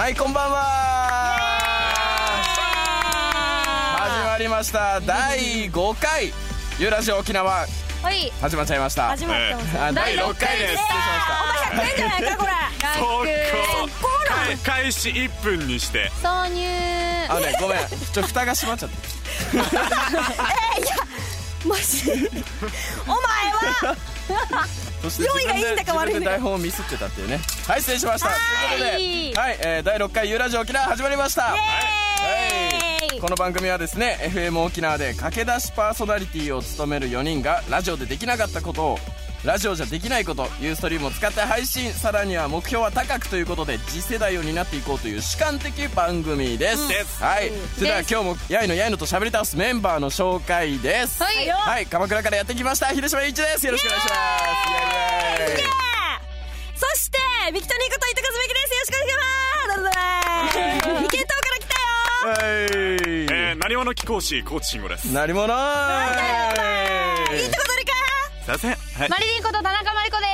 はい、こんばんは。始まりました第5回ゆうラジオ沖縄。 はい、 始まっちゃいました。 始まってます。 第6回です。失礼しました。 お前100円じゃないかこれ。 開始1分にして挿入。 ごめん、蓋が閉まっちゃって。 いやマジお前はそして用意がいいんだか悪いんだか台本をミスってたっていうね。はい、失礼しました。ということで、はい、第6回ゆうラジオ沖縄始まりました。この番組はですね FM 沖縄で駆け出しパーソナリティを務める4人がラジオでできなかったことをラジオじゃできないことユーストリームを使って配信、さらには目標は高くということで次世代を担っていこうという主観的番組です、はい、それでは今日もやいのやいのと喋り倒すメンバーの紹介です。はい、はい、鎌倉からやってきました秀島一です。よろしくお願いします。イエーイ。 そしてビクトニーこと伊藤和之です。よろしくお願いします。池東から来たよ。 何者貴公子高知慎吾です。 何者いいとこ取りか。 すいません、はい、 マリリンこと田中真理子です。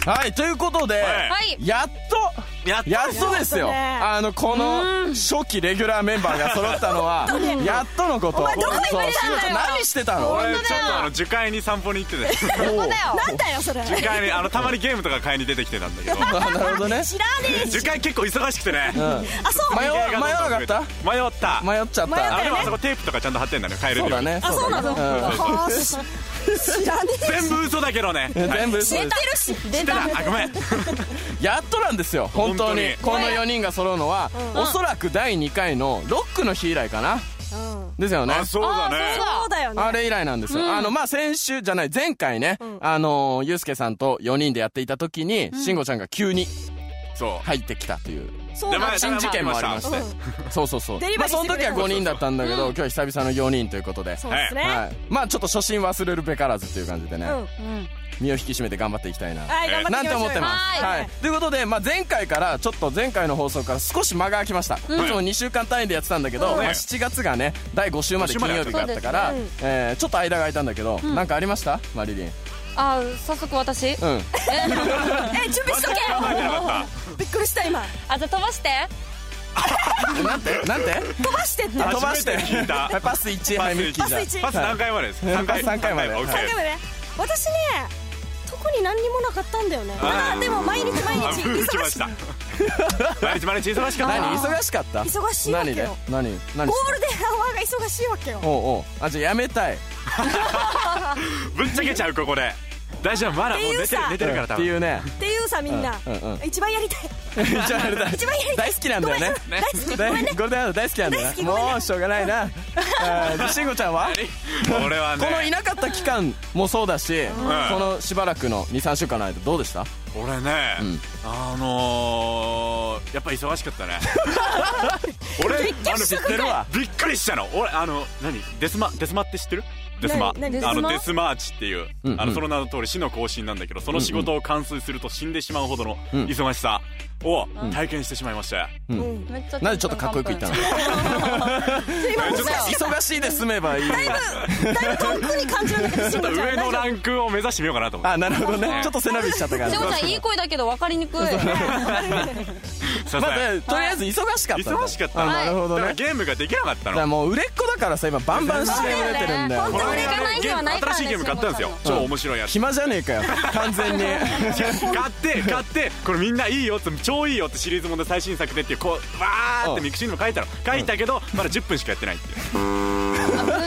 はい、ということで、やっとですよ。この初期レギュラーメンバーが揃ったのはやっとのこと。 お前どこに行ってたんだよ。 何してたの。 俺ちょっと樹海に散歩に行ってて。 なんだよそれ。 樹海にたまにゲームとか買いに出てきてたんだけど。 なるほどね。 知らねえ。 樹海結構忙しくてね。 あ、そう。 迷わなかった。迷っちゃった。 でもあそこテープとかちゃんと貼ってんだね。買える。 そうだね。 あ、そうなの。知らねえ。 全部嘘だけどね。 全部嘘。 出てるし。 出た。あ、ごめん。 やっとなんですよ本当に。この4人が揃うのはおそらく第2回のロックの日以来かな。ですよね。 あ、そうだね。 そうだよね。 あれ以来なんですよ。先週じゃない前回ね、ゆうすけさんと4人でやっていた時にしんごちゃんが急に入ってきたという新事件もありまして、そうその時は5人だったんだけど、今日は久々の4人ということで、 そうですね。 まあちょっと初心忘れるべからずという感じでね、身を引き締めて頑張っていきたいななんて思ってます。はい、ということで、前回からちょっと前回の放送から少し間が空きました。いつも2週間単位でやってたんだけど、7月がね第5週まで金曜日があったから、ちょっと間が空いたんだけど、なんかありましたマリリン。 早速私。準備しとけ。びっくりした今。じゃあ飛ばして。 なんて飛ばしてって。 飛ばして。 聞いた。 パス1。はい、ミッキーじゃん。 パス何回までです。 3回まで。 3回まで。私ね特に何にもなかったんだよね。でも毎日忙しい。 毎日忙しかった。 何忙しかった。 忙しいわけよ。 何ゴールデンアワーが忙しいわけよ。 じゃあやめたい。 ぶっちゃけちゃうここで。大丈夫、まだもう寝てるから多分。 っていうね。 っていうさみんな一番やりたい。 一番やりたい。大好きなんだよね。 大好き。ごめんね。 ゴールデンアワー大好きなんだよね。もうしょうがないな。しんごちゃんは？ 俺はね。 このいなかった期間もそうだし、このしばらくの2、3週間の間どうでした？ 俺ね、やっぱ忙しかったね。俺知ってるわ。 びっくりしたの。俺デスマって知ってる？デスマーチっていう、その名の通り死の行進なんだけど、その仕事を完遂すると死んでしまうほどの忙しさを体験してしまいました。 なんでちょっとかっこよく言ったの？忙しいで済めばいい。だいぶ遠くに感じるんだけど、 ちょっと上のランクを目指してみようかなと思って。 なるほどね。ちょっと背伸びしちゃったから。 しんごちゃんいい声だけど分かりにくい。 とりあえず忙しかった。 忙しかった。 なるほどね。 ゲームができなかったの。 もう売れっ子だからさ、今バンバン CM 出てるんだよ。 新しいゲーム買ったんですよ。超面白いやつ。 暇じゃねえかよ完全に。 買ってこれみんないいよって、超いいよってシリーズもの最新作でっていうこうわーってミクシーにも書いたけどまだ10分しかやってないっていう。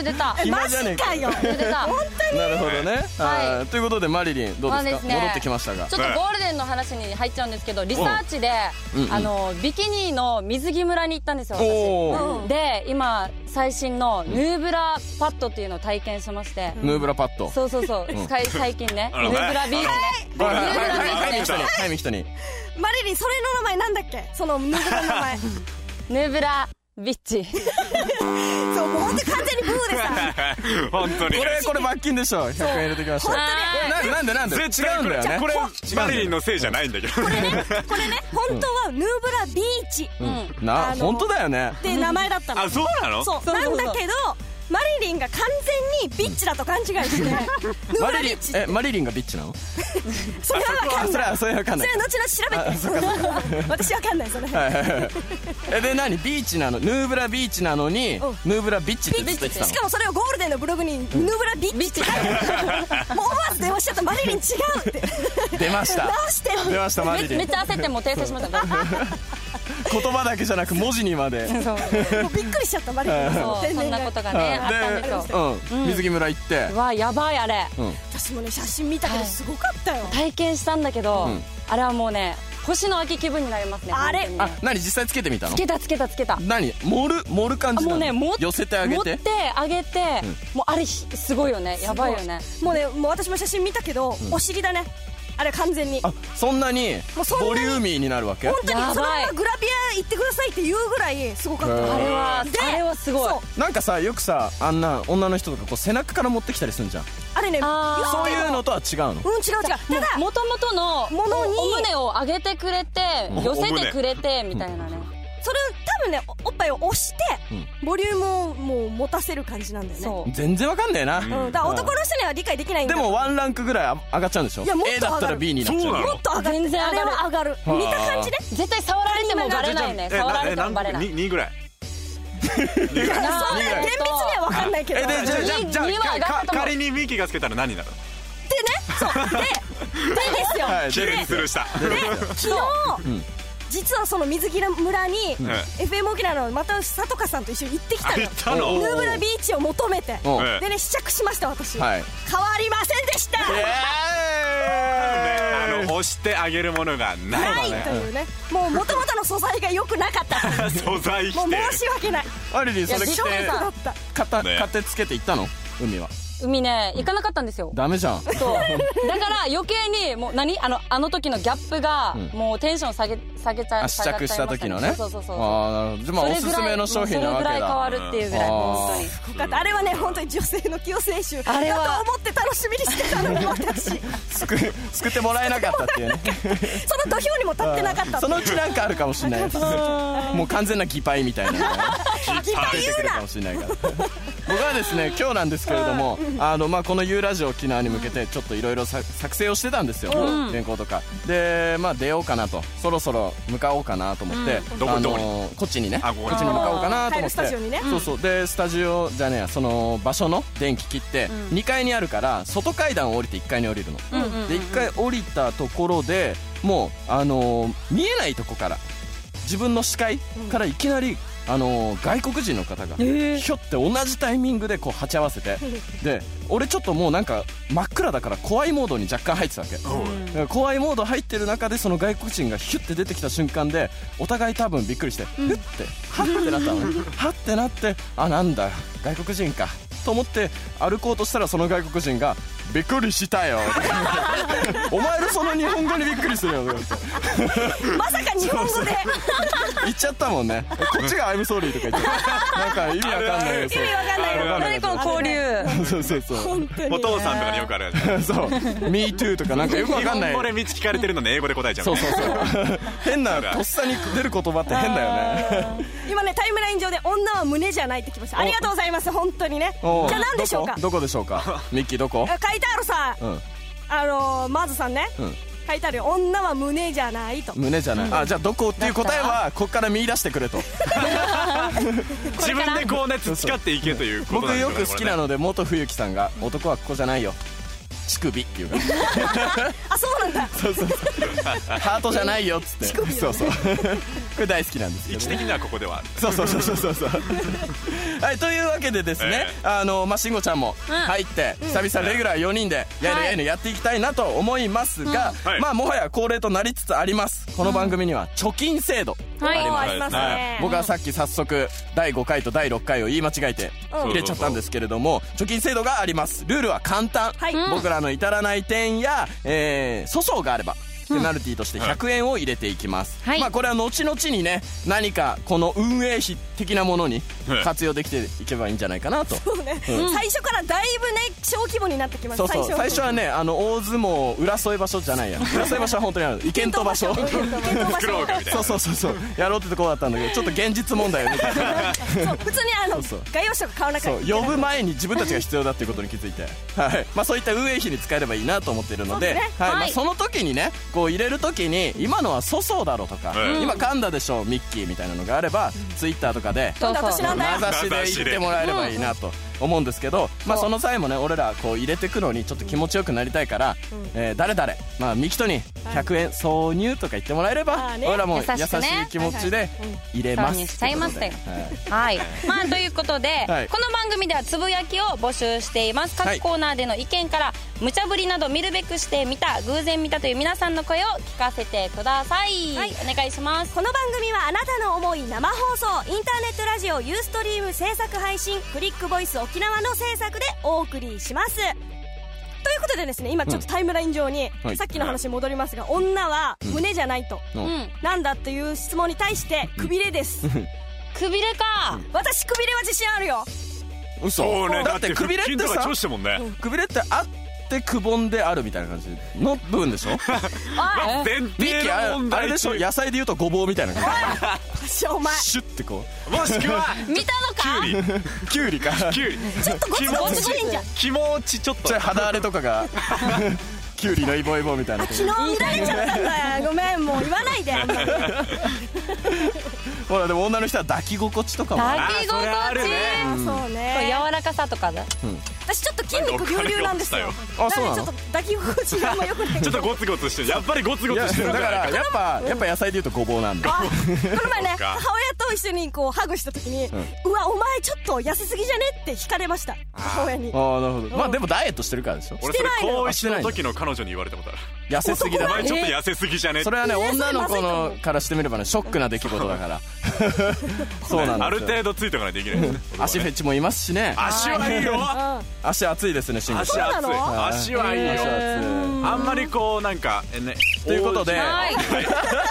出た。 暇じゃねえかよ。 出た。本当に。 なるほどね。ということでマリリンどうですか？戻ってきましたが、 ちょっとゴールデンの話に入っちゃうんですけど、リサーチでビキニの水着村に行ったんですよ私。で今最新のヌーブラパッドっていうのを体験しまして。 ヌーブラパッド。 そう最近ね。ヌーブラビーチね。ヌーブラビーチね。 早見人に。 マリリンそれの名前なんだっけ？そのヌーブラの名前。 ヌーブラビッチ。 そうもう本当に完全にブーでさ。 本当に。 これ罰金でしょ。100円入れてきました。なんで違うんだよね。 これマリリンのせいじゃないんだけど。 これね本当はヌーブラビーチ。 本当だよね。 って名前だったの。 そうなの？ そうなんだけどマリリンが完全にビッチだと勘違いしてヌーブラビッチってマリリンがビッチなの？ それは分かんない。 それは分かんない。 それ後々調べて。私分かんないそれ。 で何ビーチなの？ヌーブラビーチなのにヌーブラビッチって言ってたの？ しかもそれをゴールデンのブログにヌーブラビッチって書いてある。もう思わず電話しちゃった。マリリン違うって出ました。 直して出ましたマリリン。 めっちゃ焦ってもう訂正しました。 言葉だけじゃなく文字にまで。 もうびっくりしちゃったマリリン。 そんなことがねあったんですよ。 水着村行って。 うわやばいあれ。 私もね写真見たけどすごかったよ。 体験したんだけどあれはもうね星の秋気分になりますね。 あれ何実際つけてみたの？ つけた。何盛る感じなの？ もうね寄せてあげて持ってあげてもうあれすごいよね。やばいよね。 もう私も写真見たけどお尻だねあれ完全に。 そんなにボリューミーになるわけ？ 本当にそのままグラビア行ってくださいって言うぐらいすごかった。 あれはすごい。 なんかさよくさあんな女の人とかこう背中から持ってきたりするんじゃん。 あれねそういうのとは違うの？ 違う。ただ元々のものにお胸を上げてくれて寄せてくれてみたいなね。 それ多分ねおっぱいを押してボリュームをもう持たせる感じなんだよね。 全然わかんねえな。 だから男の人には理解できないんだ。 でもワンランクぐらい上がっちゃうんでしょ？ A だったら B になっちゃう。 もっと上がる。全然上がる。あれは上がる。見た感じね。 絶対触られてもバレないね。触られてもバレない。 2ぐらい。 そんな厳密には分かんないけど。 じゃあ仮にミキがつけたら何になる？ でね、そうでですよ。 綺麗にスルーした。 で昨日実はその水着村に FM 沖縄のまた里香さんと一緒に行ってきたの。ヌーブラビーチを求めてでね試着しました私。変わりませんでした。 押してあげるものがないというね。もう元々の素材が良くなかった。 素材否定。 もう申し訳ない。 アリリンそれ着て買ってつけて行ったの？海は。 海ね行かなかったんですよ。 ダメじゃん。 そうだから余計にもうあの時のギャップがもうテンション下げちゃいましたね。 試着した時のね。 そう。 ああなるほど。おすすめの商品なわけだ。 それぐらい変わるっていうぐらい本当に。 すごかった。あれはね本当に女性の起用選手だと思って楽しみにしてたのに私。 救ってもらえなかったっていうね。 その土俵にも立ってなかった。 そのうちなんかあるかもしれない。もう完全なギパイみたいな。 ギパイ出てくるかもしれないから。僕はですね今日なんですけれどもこの U ラジオ沖縄に向けてちょっといろいろ作成をしてたんですよ。原稿とかで出ようかなとそろそろ向かおうかなと思ってこっちにねこっちに向かおうかなと思ってそうでスタジオじゃねえやその場所の電気切って2階にあるから外階段を降りて1階に降りるので1階降りたところでもう見えないとこから自分の視界からいきなり外国人の方がひょって同じタイミングでこう鉢合わせてで俺ちょっともうなんか真っ暗だから怖いモードに若干入ってたわけ。怖いモード入ってる中でその外国人がヒュッて出てきた瞬間でお互い多分びっくりしてふってはってなったのはってなってなんだ外国人かと思って歩こうとしたらその外国人がびっくりしたよお前のその日本語にびっくりするよまさか日本語で言っちゃったもんね。こっちが I'm sorry とか言ってなんか意味わかんないよ。 意味わかんないよ。 何この交流。 そう本当にお父さんとかによくあるやつ。 そう Me too とかなんかよくわかんない。 日本語で道聞かれてるのに英語で答えちゃう。 そう変なとっさに出る言葉って変だよね。 今ねタイムライン上で女は胸じゃないってきました。ありがとうございます本当にね。じゃあ何でしょうか。 どこでしょうか。ミッキーどこ。 書いてあるさマーズさんね書いてあるよ。女は胸じゃないと。 胸じゃない。じゃあどこっていう答えはこっから見出してくれと。 自分でこうね培っていけということなんですよね。 僕よく好きなので元冬木さんが男はここじゃないよ乳首っていうかそうなんだ。 そうハートじゃないよっつってそうこれ大好きなんですけど位置的にはここではある。 そうはいというわけでですね慎吾ちゃんも入って久々レギュラー4人でやっていきたいなと思いますがもはや恒例となりつつありますこの番組には貯金制度ありますね。僕はさっき早速第5回と第6回を言い間違えて入れちゃったんですけれども貯金制度があります。ルールは簡単。僕らの至らない点や訴訟があればペナルティとして100円を入れていきます、まあこれは後々にね何かこの運営費的なものに活用できていけばいいんじゃないかなと。 そうね、最初からだいぶね小規模になってきました。 そうそう、最初はね大相撲浦添場所じゃないや、浦添場所は本当にある池んと場所そうやろうってとこだったんだけど、ちょっと現実問題を見てそう普通に概要書が買わなかった。 呼ぶ前に自分たちが必要だっていうことに気づいて、はいまあ、そういった運営費に使えればいいなと思っているので、はいまあ、その時にねこう入れる時に今のは粗相だろうとか、今噛んだでしょミッキーみたいなのがあればツイッターとかで名指しで言ってもらえればいいなと思うんですけど、まあその際もね俺らこう入れてくのにちょっと気持ちよくなりたいから、誰々まあミキトに100円挿入とか言ってもらえれば、俺らも優しい気持ちで入れます。 挿入しちゃいましたよ。はいまあということで、この番組ではつぶやきを募集しています。各コーナーでの意見から無茶ぶりなど見るべくしてみた、偶然見たという皆さんの声を聞かせてください。お願いします。 この番組はあなたの思い生放送、インターネットラジオユーストリーム制作配信、クリックボイス沖縄の制作でお送りします。ということでですね、今ちょっとタイムライン上に、さっきの話に戻りますが、女は胸じゃないと、なんだっていう質問に対してくびれです。 くびれか。 私くびれは自信あるよ。 嘘、だってくびれってさ、くびれってあってくぼんであるみたいな感じの部分でしょ。ミッキーあれでしょ、野菜で言うとごぼうみたいな感じ。お前シュッてこう、 もしくは見たのかキュウリかちょっとゴツゴツしてんじゃん。 気持ちちょっと肌荒れとかがキュウリのイボイボみたいな。 昨日見られちゃったんだよ。ごめん、もう言わないで。 ほらでも女の人は抱き心地とかも抱き心地、 そうね、 柔らかさとかだ。 私ちょっと筋肉隆々なんですよ。 あ、そうなの。 ちょっと抱き心地があんま良くない。 ちょっとゴツゴツしてる。やっぱりゴツゴツしてる。 だからやっぱ野菜で言うとごぼうなんだ。 この前ね、母親と一緒にこうハグした時に、うわお前ちょっと痩せすぎじゃねって惹かれました、母親に。 ああなるほど。まあでもダイエットしてるからでしょ。 俺それ高1の時の彼女に言われたことある。 痩せすぎだね。 ちょっと痩せすぎじゃね。 それはね女の子のからしてみればねショックな出来事だから。そうなんですよ。 ある程度ついておかないといけない。 足フェチもいますしね。 足はいいよ。 足熱いですね。足熱い。足はいいよ。あんまりこうなんかね。 ということで、 ありがと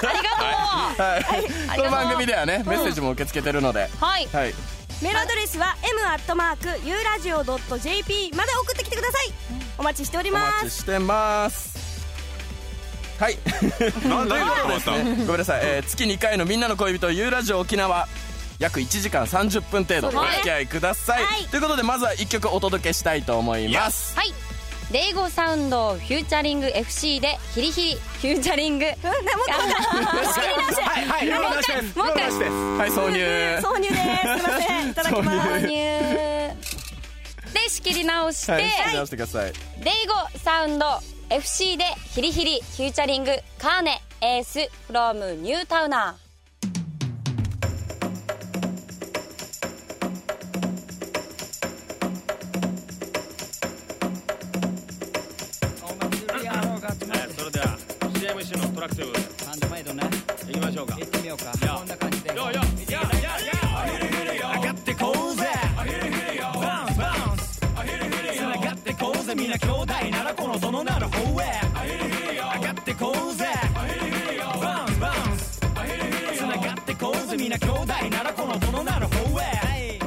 う。この番組ではねメッセージも受け付けてるので、 メールアドレスは m@uradio.jp まで送ってきてください。お待ちしております。 お待ちしてます。はい。 ごめんなさい。月2回のみんなの恋人ゆうラジオ沖縄、約1時間30分程度お付き合いください。ということでまずは1曲お届けしたいと思います。 はい。レイゴサウンドフューチャリング FC でヒリヒリフューチャリング。もう一回。 はい、挿入です。すいません。いただきます。 挿入で仕切り直して、 仕切り直してください。 レイゴサウンド FC でヒリヒリフューチャリングカーネエースフロムニュータウナー。 トラックハンドメイドね。行きましょうか。行ってみようか。こんな感じで。上がってこうぜ。バウンスバウンス。繋がってこうぜ。みんな兄弟ならこの園なる方へ。上がってこうぜ。バウンスバウンス。繋がってこうぜ。みんな兄弟ならこの園なる方へ。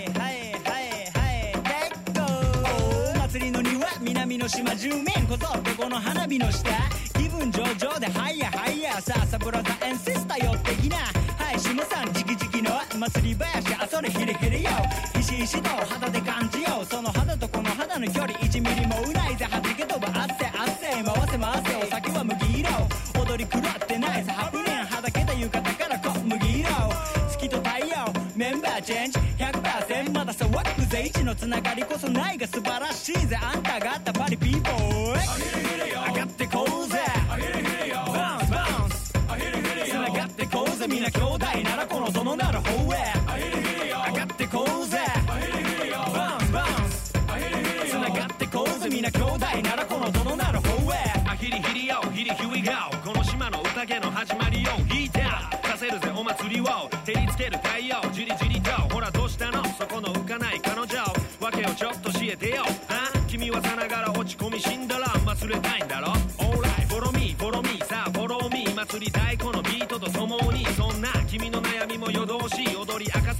祭りの庭、南の島住民こぞってこの花火の下。気分上々でハイヤーハイヤー、さあサブラザーエンシスターよってきな。はい島さんじきじきの祭り林、あそれヒリヒリよ。ひしひしと肌で感じよう、その肌とこの肌の距離1ミリもうないぜ。はじけ飛ば汗汗回せ回せ、お酒は麦色、踊り狂ってないぜ。ハプニンはだけた浴衣から小麦色、月と太陽メンバーチェンジ 100%、 まださワックぜ。一のつながりこそないが素晴らしいぜ。あんたがあったパリピーポー上がってこうぜ。バウンスバウンス。繋がってこうぜ。みんな兄弟ならこの園なる方へ。上がってこうぜ。バウンスバウンス。繋がってこうぜ。みんな兄弟ならこの園なる方へ。 ヒリヒリよヒリヒリガオ、この島の宴の始まりよ。ヒーターさせるぜお祭りを、照りつける太陽じりじりと。ほらどうしたのそこの浮かない彼女、訳をちょっと教えてよ。君はさながら落ち込み死んだら忘れたいんだろ。 Alright follow me follow me、 さあ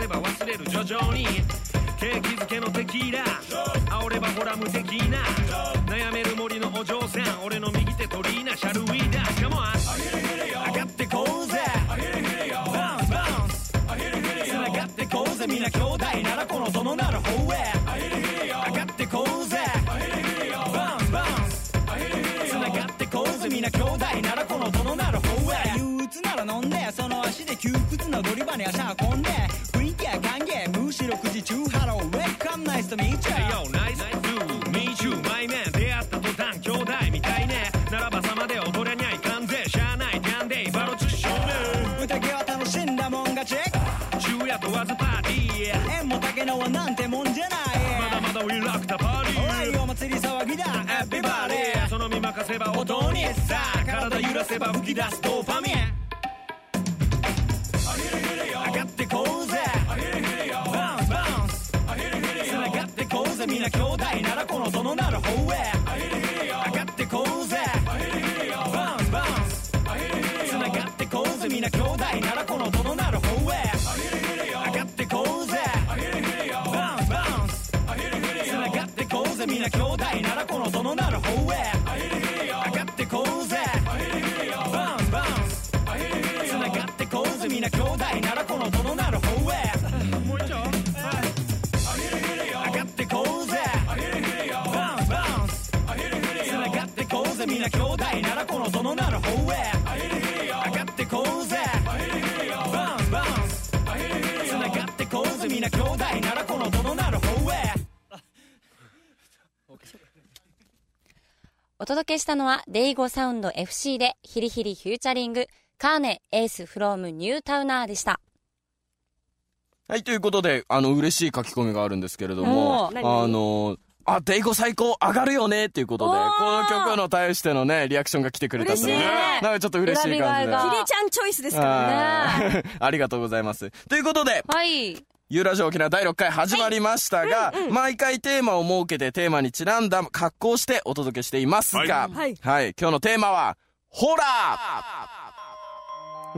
せば忘れる徐々に景気づけのテキーラ煽ればほら無敵な悩める森のお嬢さん俺の右手取りなシャルウィーダーカモン上がってこうぜバウンスバウンス繋がってこうぜみんな兄弟ならこの殿なる方へ上がってこうぜバウンスバウンス繋がってこうぜみんな兄弟ならこの殿なる方へ憂鬱なら飲んでその足で窮屈なドリバに足運んで雰囲気や歓迎むしろ9時中ハローウェルカムナイスとミーチュー Yo nice to meet you my man 出会った途端兄弟みたいねならば様で踊れにゃいかんぜしゃあないキャンデイバロチ少年宴は楽しんだもん勝ち昼夜問わずパーティー縁も竹縄なんてもんじゃないまだまだウィラクタパーティーおいお祭り騒ぎだエビバディその身任せば音にさあ体揺らせば吹き出すドーパミン上がってこうぜバウンスバウンス繋がってこうぜみんな兄弟ならこの殿なる方へ上がってこうぜバウンスバウンス繋がってこうぜみんな兄弟ならこの殿なる方へ上がってこうぜバウンスバウンス繋がってこうぜみんな兄弟ならこの殿なる方へ上がってこうぜバウンスバウンス繋がってこうぜみんな兄弟ならこの殿なる方へもう一丁上がってこうぜバウンスバウンス繋がってこうぜみんな兄弟ならこの殿なる方へ上がってこうぜバウンスバウンス繋がってこうぜみんな兄弟ならこの殿なる方へお届けしたのはデイゴサウンド FC でヒリヒリフューチャリングカーネエースフロームニュータウナーでした。 はい、ということで嬉しい書き込みがあるんですけれどもデイゴ最高上がるよねっていうことでこの曲の対してのねリアクションが来てくれたってねなんかちょっと嬉しい感じでヒデちゃんチョイスですからねありがとうございますということではいユーラジオ沖縄第6回始まりましたが、毎回テーマを設けてテーマにちなんだ格好をしてお届けしていますが、はい、今日のテーマはホラー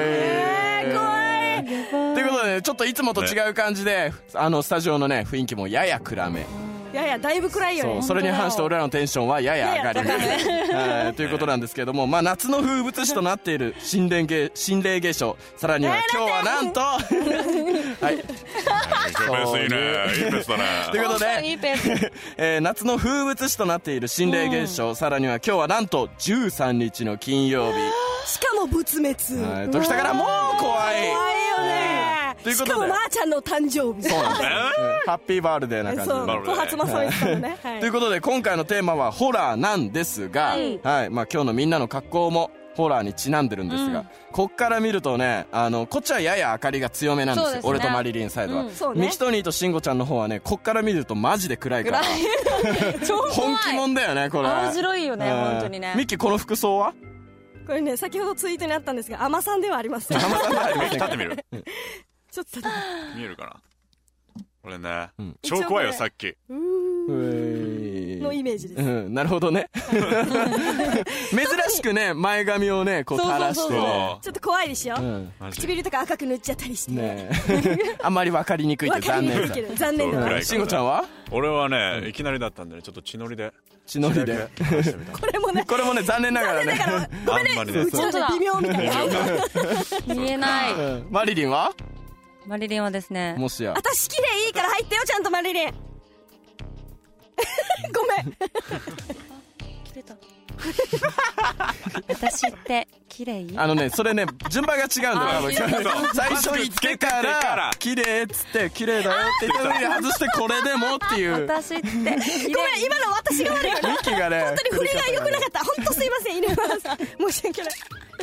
怖いということで、ね、ちょっといつもと違う感じでスタジオのね雰囲気もやや暗めだいぶ暗いよね。 それに反して俺らのテンションはやや上がりますということなんですけども、夏の風物詩となっている心霊現象、さらには今日はなんとはいいいペースいいねいいペースだねということで夏の風物詩となっている心霊現象、さらには今日はなんと13日の金曜日しかも仏滅ときたからもう怖いよねしかもまーちゃんの誕生日そうなんですハッピーバールデーな感じ小発まさみさんのねということで今回のテーマはホラーなんですが、今日のみんなの格好もホラーにちなんでるんですが、こっから見るとねこっちはやや明かりが強めなんですよ、俺とマリリンサイドは、ミキトニーとシンゴちゃんの方はねこっから見るとマジで暗いから本気もんだよねこれ面白いよね本当にね。 ミッキーこの服装はこれね先ほどツイートにあったんですが甘さんではありません甘さんではありません立ってみるちょっと見えるかなこれね、超怖いよさっきのイメージです、 なるほどね珍しくね前髪をねこう垂らしてねちょっと怖いでしょ、唇とか赤く塗っちゃったりしてねあんまり分かりにくいって残念さ残念だな。 しんごちゃんは俺はねいきなりだったんでねちょっと血のりでこれもね残念ながらねごめんねうちの微妙みたいな見えないマリリンはですねもしや私綺麗いいから入ってよちゃんとマリリンごめん切れた私って綺麗それね順番が違うんだよ多分最初につけから綺麗っつって綺麗だよって言ったのに外してこれでもっていう私ってごめん今の私が悪いよミッキーがね本当に振りが良くなかった本当すいません犬山さん申し訳ない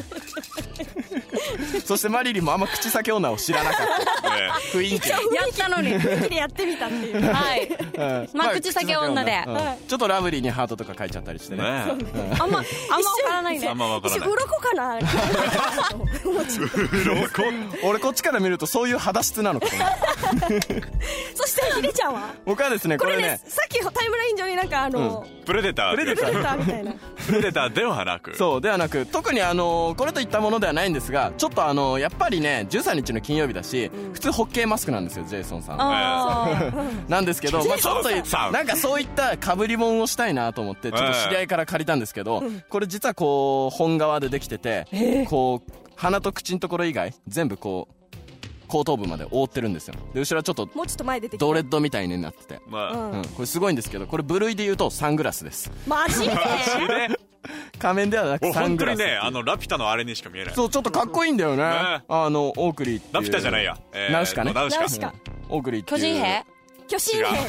そしてマリリンもあんま口先女を知らなかった雰囲気やったのに雰囲気でやってみたっていうはい口先女でちょっとラブリーにハートとか書いちゃったりしてねあんま分からないねあんま分からない鱗かな俺こっちから見るとそういう肌質なのかなそしてヒデちゃんは僕はですねこれねさっきタイムライン上になんかプレデターみたいなプレデターではなくそうではなく特にこれといったものではないんですがちょっとやっぱりね13日の金曜日だし普通ホッケーマスクなんですよ、ジェイソンさんなんですけど、ちょっとなんかそういった被り物をしたいなと思ってちょっと知り合いから借りたんですけど、これ実はこう本革でできてて、こう鼻と口のところ以外全部こう後頭部まで覆ってるんですよ。で後ろはちょっともうちょっと前出てきてドレッドみたいになってて、これすごいんですけど、これ部類で言うとサングラスです。 マジで仮面ではなくサングラス。 本当にね、ラピュタのあれにしか見えない。 そう、ちょっとかっこいいんだよね。オークリーっていうラピュタじゃないや、 ナウシカね。 ナウシカオークリーっていう巨人兵巨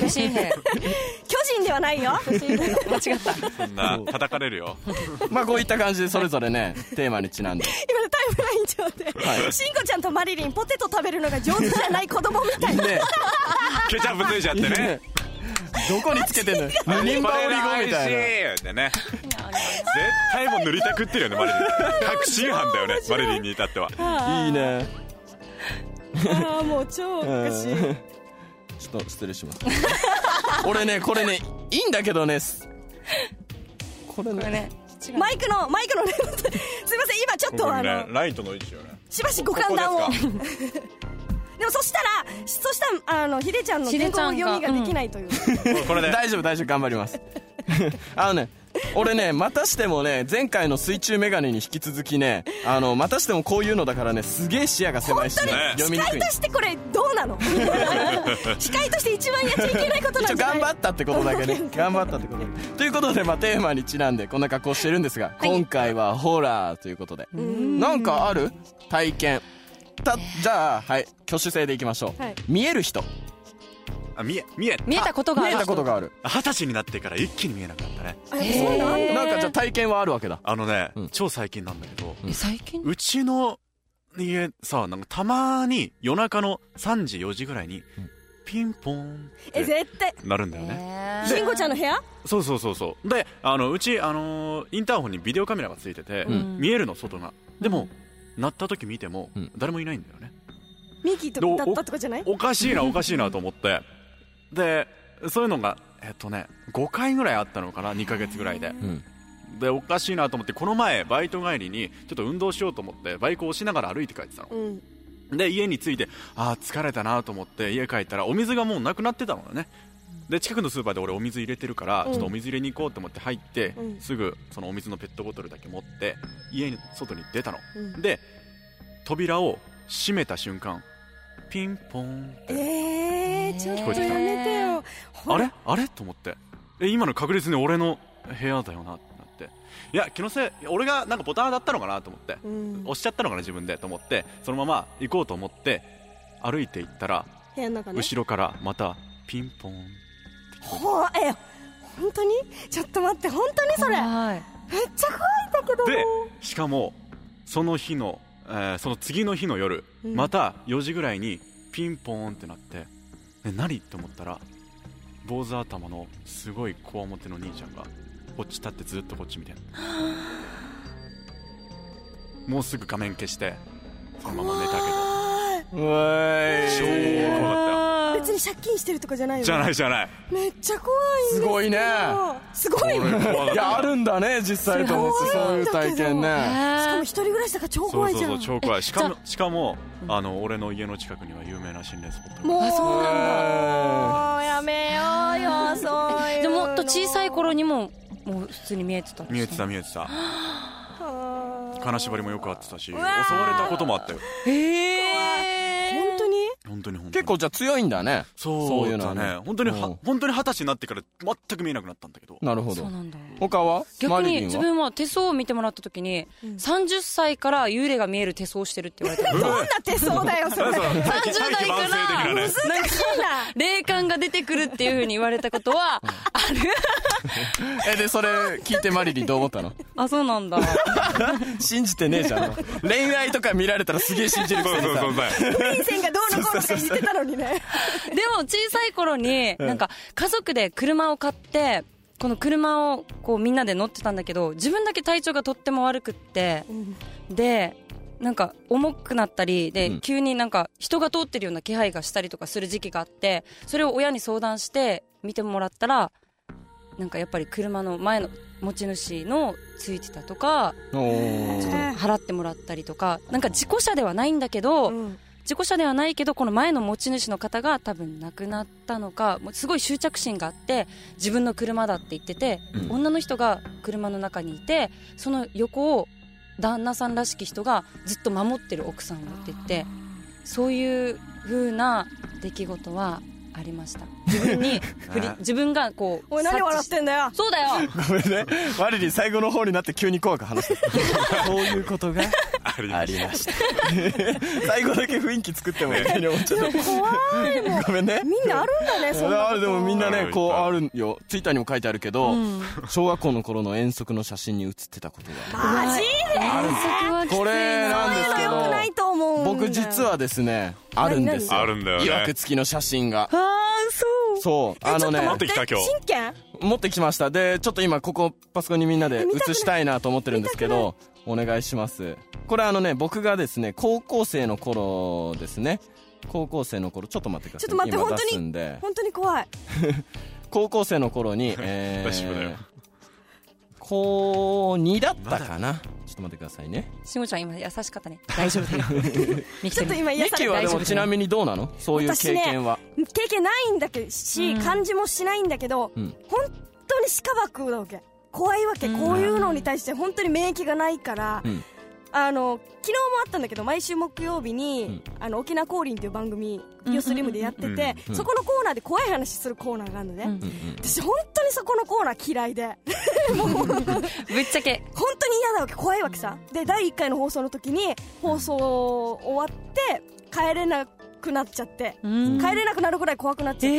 人ではないよ間違ったそんな叩かれるよまあこういった感じでそれぞれねテーマにちなんで今のタイムライン上で、しんこちゃんとマリリンポテト食べるのが上手じゃない子供みたいなねケチャップついちゃってねどこにつけてんのよ無人羽織後みたいなってね絶対もう塗りたくってるよねマリリン確信犯だよねマリリンに至っては。 いいねああもう超おかしいちょっと失礼します俺ねこれねいいんだけどねこれねマイクのねすいません今ちょっとライトの位置よねしばしご歓談をでもそしたらヒデちゃんの原稿読みができないというこれね大丈夫頑張ります俺ねまたしてもね前回の水中メガネに引き続きねまたしてもこういうのだからねすげえ視野が狭いしね読みにくい。 司会としてこれどうなの司会として一番やっちゃいけないことなんじゃない？ 頑張ったってことだけね頑張ったってことということでテーマにちなんでこんな格好してるんですが、今回はホラーということでなんかある体験じゃあはい挙手制でいきましょう、見える人見えたことがある 20歳になってから一気に見えなくなったね。 なんかじゃあ体験はあるわけだ。 超最近なんだけど、 最近うちの家さなんかたまに夜中の3時4時ぐらいにピンポンって絶対なるんだよね。 しんごちゃんの部屋？ そうでうちインターホンにビデオカメラがついてて、見えるの外が。でも鳴った時見ても誰もいないんだよね。 ミキとだったとかじゃない？ おかしいなと思ってでそういうのが5回ぐらいあったのかな、2ヶ月ぐらいで、でおかしいなと思ってこの前バイト帰りにちょっと運動しようと思ってバイクを押しながら歩いて帰ってたの、で家に着いて疲れたなと思って家帰ったらお水がもうなくなってたのね。で近くのスーパーで俺お水入れてるからちょっとお水入れに行こうと思って入って、すぐそのお水のペットボトルだけ持って家の外に出たの、で扉を閉めた瞬間ピンポンってちょっとやめてよ。 あれと思って今の確実に俺の部屋だよなってなって、いや気のせい俺がなんかボタン当たったのかなと思って、押しちゃったのかな自分でと思ってそのまま行こうと思って歩いていったら、後ろからまたピンポンって聞こえて、 本当にちょっと待って本当にそれめっちゃ怖いんだけど。 でしかもその日のその次の日の夜、また4時ぐらいにピンポーンってなって、何って思ったら坊主頭のすごいこわもての兄ちゃんがこっち立ってずっとこっち見てるもうすぐ画面消してそのまま寝たけど超怖かったよ。 別に借金してるとかじゃないよね。 じゃないめっちゃ怖いんですよ。 すごいね。 すごいいやあるんだね実際と思ってそういう体験ね。 しかも一人暮らしだから超怖いじゃん。 そう超怖い。しかも俺の家の近くには有名な心霊スポットが。 もうそうなんだ。やめようよそういう。 でももっと小さい頃にもう普通に見えてた。 見えてた金縛りもよくあってたし襲われたこともあったよ。本当に結構じゃあ強いんだね。 そういうのはね本当に20歳になってから全く見えなくなったんだけど。 なるほど。 そうなんだ。 他は逆に自分は手相を見てもらった時に、30歳から幽霊が見える手相をしてるって言われた。 どんな手相だよそれ。30 代から難しいな霊感が出てくるっていう風に言われたことはある。でそれ聞いてマリリンどう思ったの？ そうなんだ。 信じてねえじゃん。恋愛とか見られたらすげえ信じるくせにさ。 人生がどうのこうのとか言ってたのにね。 でも小さい頃になんか家族で車を買ってこの車をこうみんなで乗ってたんだけど自分だけ体調がとっても悪くって、でなんか重くなったりで、急になんか人が通ってるような気配がしたりとかする時期があって、それを親に相談して見てもらったらなんかやっぱり車の前の持ち主のついてたとかちょっと払ってもらったりとか、なんか事故車ではないんだけど、 事故車ではないけどこの前の持ち主の方が多分亡くなったのか、もうすごい執着心があって自分の車だって言ってて、女の人が車の中にいて、その横を旦那さんらしき人がずっと守ってる奥さんをって言って、そういう風な出来事はありました。自分がこう、 おい何笑ってんだよ。 そうだよ。 ごめんね、マリリン最後の方になって急に怖く話したそういうことがありました最後だけ雰囲気作ってもいいように思っちゃった。 怖いもん。 ごめんね。 みんなあるんだね、そんなこと。 でもみんなね、こうあるよ。ツイッターにも書いてあるけど、小学校の頃の遠足の写真に写ってたことがマジである。これなんですけど、 良くないと思うんだよ。 僕実はですね、あるんですよ。 あるんだよね。 いわくつきの写真が。 そう。 あのね、 持ってきた今日。 真剣？ 持ってきました。で、ちょっと今ここパソコンにみんなで写したいなと思ってるんですけど、お願いします。これ僕がですね、高校生の頃ですね。高校生の頃、ちょっと待ってください。 ちょっと待って、 今本当に怖い。 高校生の頃に、高2だったかな。ちょっと待ってくださいね。 しもちゃん今優しかったね。大丈夫だよ。 ちょっと今ミッキーはでもちなみにどうなの？そういう経験は。 ね、経験ないんだけどし、感じもしないんだけど、本当にしかばくだわけ。怖いわけ。こういうのに対して本当に免疫がないから、昨日もあったんだけど、毎週木曜日に、沖縄降臨っていう番組ビオスリムでやってて、そこのコーナーで怖い話するコーナーがあるのね、私本当にそこのコーナー嫌いでもうぶっちゃけ本当に嫌だわけ。怖いわけさ。で第1回の放送の時に放送終わって帰れなくなっちゃって、帰れなくなるぐらい怖くなっちゃって、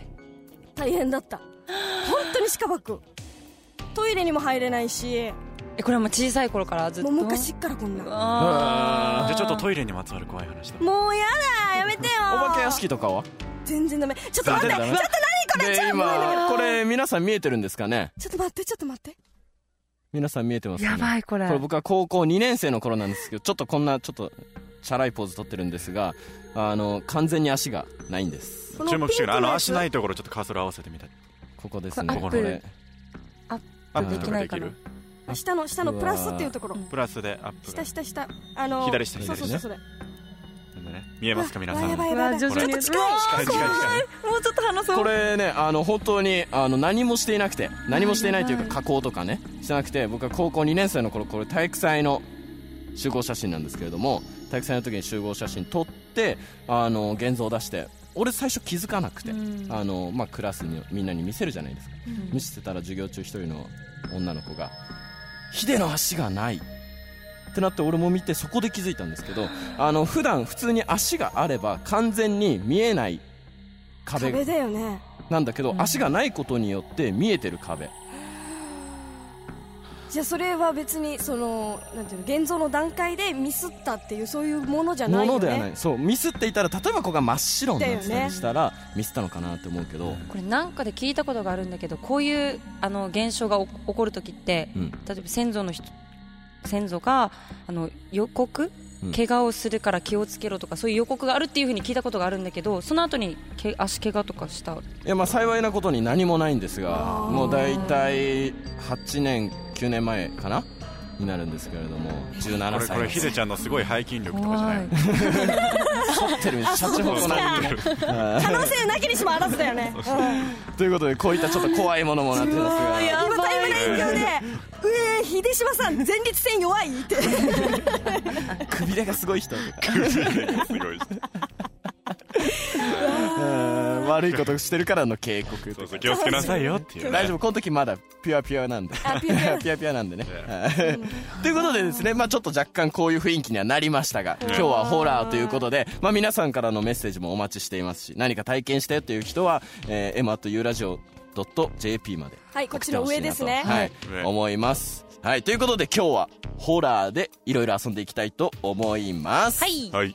大変だった。本当にしかばく。トイレにも入れないし。 これはもう小さい頃からずっと。 もう昔からこんな。じゃあちょっとトイレにまつわる怖い話だ。 もうやだ、やめてよ。 お化け屋敷とかは全然ダメ。ちょっと待って、ちょっと何これ。 で今これ皆さん見えてるんですかね？ ちょっと待って。 皆さん見えてますかね？ やばいこれ僕は高校2年生の頃なんですけど、ちょっとこんなちょっとチャラいポーズ取ってるんですが、完全に足がないんです。 注目してくれ。足ないところちょっとカーソル合わせてみたい。 ここですね。 これアップできないかな。 下のプラスっていうところ。 プラスでアップ。 下左下そう見えますか皆さん？ やばいちょっと近い。 もうちょっと話そう。 これね、本当に何もしていなくて、何もしていないというか加工とかねしてなくて、僕は高校2年生の頃、これ体育祭の集合写真なんですけれども、体育祭の時に集合写真撮って現像を出して、俺最初気づかなくて、クラスにみんなに見せるじゃないですか、見せてたら授業中一人の女の子がヒデの足がないってなって、俺も見てそこで気づいたんですけど、普通に足があれば完全に見えない壁だよね。 なんだけど、足がないことによって見えてる壁。 じゃあそれは別になんていうの、現像の段階でミスったっていうそういうものじゃないよね。 ものではない。そう、ミスっていたら、例えばここが真っ白になってたりしたら、ミスったのかなって思うけど、 これなんかで聞いたことがあるんだけど、こういう現象が起こるときって、例えば先祖が予告、怪我をするから気をつけろとか、そういう予告があるっていう風に聞いたことがあるんだけど、その後に足怪我とかした？いや、幸いなことに何もないんですが、もう大体8年9年前かなになるんですけれども、17歳。 これヒデちゃんのすごい背筋力とかじゃない？ 反ってる、シャチホコなんで可能性なきにしもあらずだよね。 ということで、こういったちょっと怖いものもなってますが、 今タイムライン上で秀島さん前立腺弱いってくびれがすごい人とか悪いことしてるからの警告とか、 気をつけなさいよっていう。 大丈夫、この時まだピュアピュアなんでピュアなんでねということでですね、ちょっと若干こういう雰囲気にはなりましたが、今日はホラーということで、皆さんからのメッセージもお待ちしていますし、何か体験したよという人はm@uradio.jp まで、 はい、こっちの上ですね、 はい、思います。はい、ということで今日はホラーでいろいろ遊んでいきたいと思います。 はい、 はい。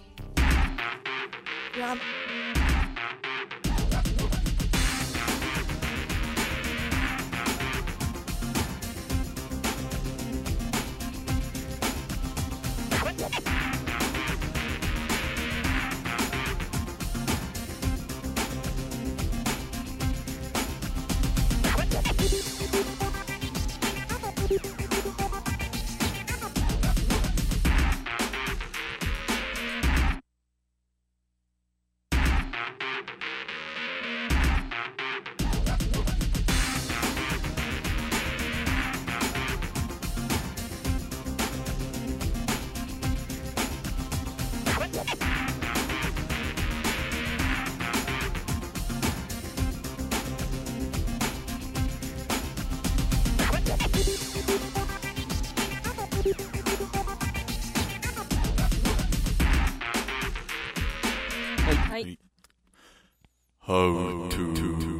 How to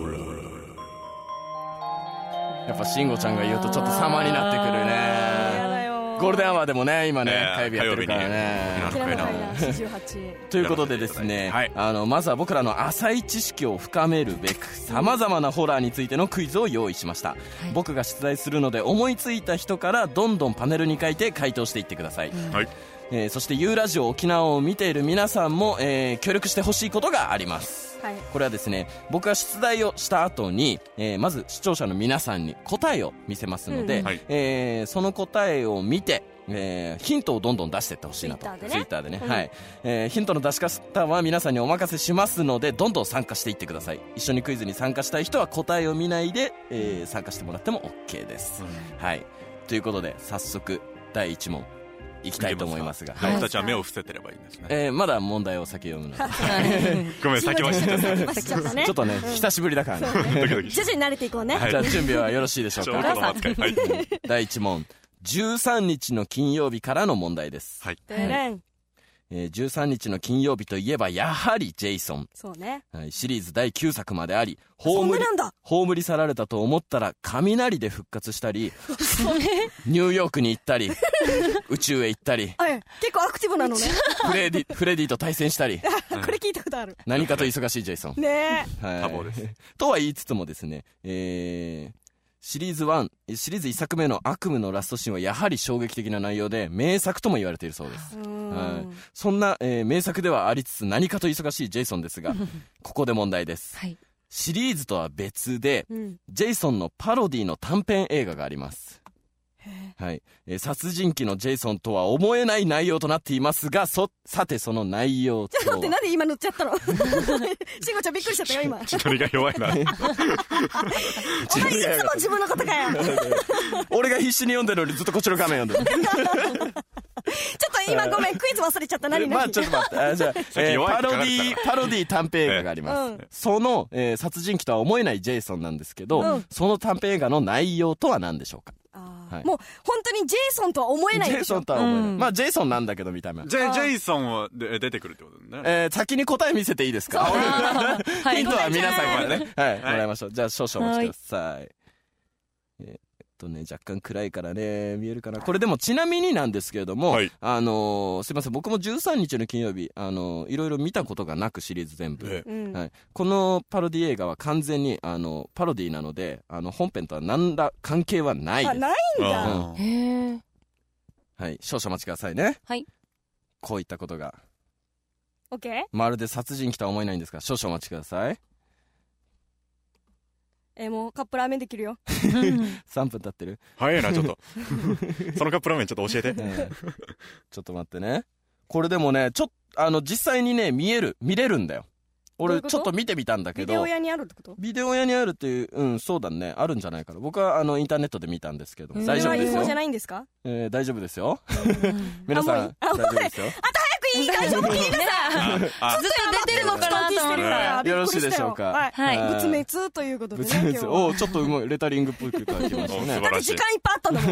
やっぱ慎吾ちゃんが言うとちょっと様になってくるね。ゴールデンアワーでもね今ね火曜日やってるからね。ということでですね、まずは僕らの浅い知識を深めるべくさまざまなホラーについてのクイズを用意しました。僕が出題するので思いついた人からどんどんパネルに書いて回答していってください。そして U ラジオ沖縄を見ている皆さんも、協力してほしいことがあります。これはですね僕が出題をした後に、まず視聴者の皆さんに答えを見せますので、その答えを見て、ヒントをどんどん出していってほしいなと。ツイッターでね、ヒントの出し方は皆さんにお任せしますのでどんどん参加していってください。一緒にクイズに参加したい人は答えを見ないで、参加してもらっても OK です。ということで早速第1問いきたいと思いますが、 僕たちは目を伏せてればいいんですね。 まだ問題を先読むのでごめん先走っちゃったちょっとね久しぶりだからね徐々に慣れていこうね。 じゃあ準備はよろしいでしょうか。第1問13日の金曜日からの問題です。13日の金曜日といえばやはりジェイソン。 そうね、 シリーズ第9作まであり葬り去られたと思ったら雷で復活したりニューヨークに行ったり宇宙へ行ったり結構アクティブなのねフレディと対戦したりこれ聞いたことある。 何かと忙しいジェイソンね多忙ですとは言いつつもですね、シリーズ1作目の悪夢のラストシーンはやはり衝撃的な内容で名作とも言われているそうです。そんな、名作ではありつつ何かと忙しいジェイソンですがここで問題です。シリーズとは別で、ジェイソンのパロディの短編映画があります。殺人鬼のジェイソンとは思えない内容となっていますがさてその内容とちょっと待ってなんで今塗っちゃったの慎吾ちゃんびっくりしちゃったよ今千鳥が弱いなお前いつも自分のことかよ俺が必死に読んでるのにずっとこっちの画面読んでるちょっと今ごめんクイズ忘れちゃった。何ちょっと待ってじゃあ、パロディ短編映画があります、その、殺人鬼とは思えないジェイソンなんですけど、その短編映画の内容とは何でしょうか。 もう本当にジェイソンとは思えないでしょ。 ジェイソンとは思えない、まあジェイソンなんだけどみたいな。 ジェイソンは出てくるってことね。 先に答え見せていいですか。ヒントは皆さんからねもらいましょう。じゃあ少々お待ちください。若干暗いからね見えるかな。これでもちなみになんですけれども、すいません僕も13日の金曜日いろいろ見たことがなくシリーズ全部、このパロディ映画は完全にパロディなので本編とは何ら関係はないです。 ないんだ、 少々お待ちくださいね。こういったことが OK。 まるで殺人鬼とは思えないんですが少々お待ちください。 もうカップラーメンできるよ 3分経ってる。 早いなちょっとそのカップラーメンちょっと教えて、 ちょっと待ってね。これでもね実際にね見れるんだよ。俺ちょっと見てみたんだけど。 ビデオ屋にあるってこと？ ビデオ屋にあるっていうそうだねあるんじゃないかな。僕はインターネットで見たんですけど大丈夫ですよ。それは違法じゃないんですか？ 大丈夫ですよ皆さん大丈夫ですよ。 大丈夫聞いてさずっと出てるのかなと思ったらよろしいでしょうか。 仏滅ということでね今日はちょっとうまいレタリングっぽく書きましたね。 だって時間いっぱいあったんだ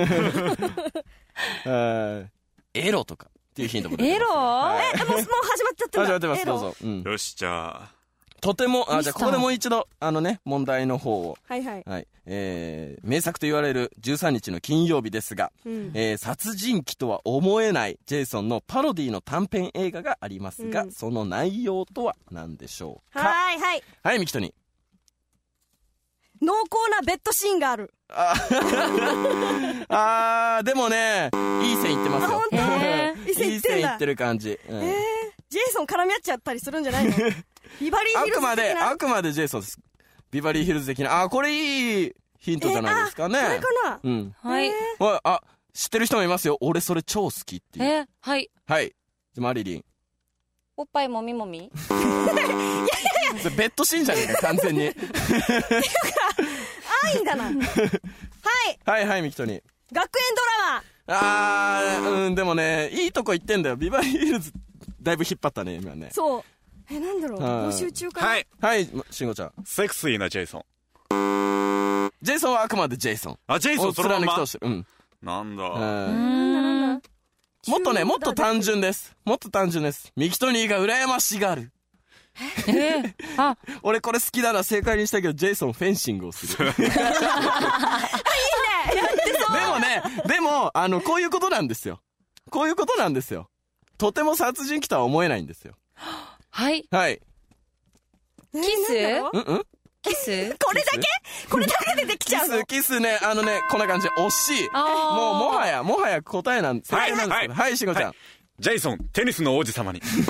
もんエロとかっていうヒントも出てます。 エロ？ もう始まっちゃったんだ。 始まってますどうぞ。 よしじゃあとてもじゃあここでもう一度問題の方を名作と言われる13日の金曜日ですが、殺人鬼とは思えないジェイソンのパロディの短編映画がありますが、その内容とは何でしょうか。はいミキトに濃厚なベッドシーンがある。 でもねいい線いってますよ。いい線いってる感じ。ジェイソン絡み合っちゃったりするんじゃないのビバリーヒルズ的な。 あくまでジェイソンです。ビバリーヒルズ的な。これいいヒントじゃないですかね。 これかな。 知ってる人もいますよ。俺それ超好きっていう。 はいマリリンおっぱいもみもみ。 いやそれベッドシーンじゃねえか完全に。っていうか愛だな。 はいミキトに学園ドラマ。でもねいいとこ行ってんだよ。ビバリーヒルズだいぶ引っ張ったね今ね。 そうなんだろう募集中かな。 はい慎吾ちゃん。 セクシーなジェイソン。 ジェイソンはあくまでジェイソン。 ジェイソンそのまま。 なんだもっと単純です。ミキトニーが羨ましがる俺これ好きだな、正解にしたけど、ジェイソンフェンシングをする。いいね。でもこういうことなんですよ。とても殺人鬼とは思えないんですよ。 はい。 はい。 キス？キス？ これだけでできちゃうの？ キスね、こんな感じ。惜しい。もはや答えなんです。 はい、 はい、しごちゃん。 ジェイソン、テニスの王子様に。 来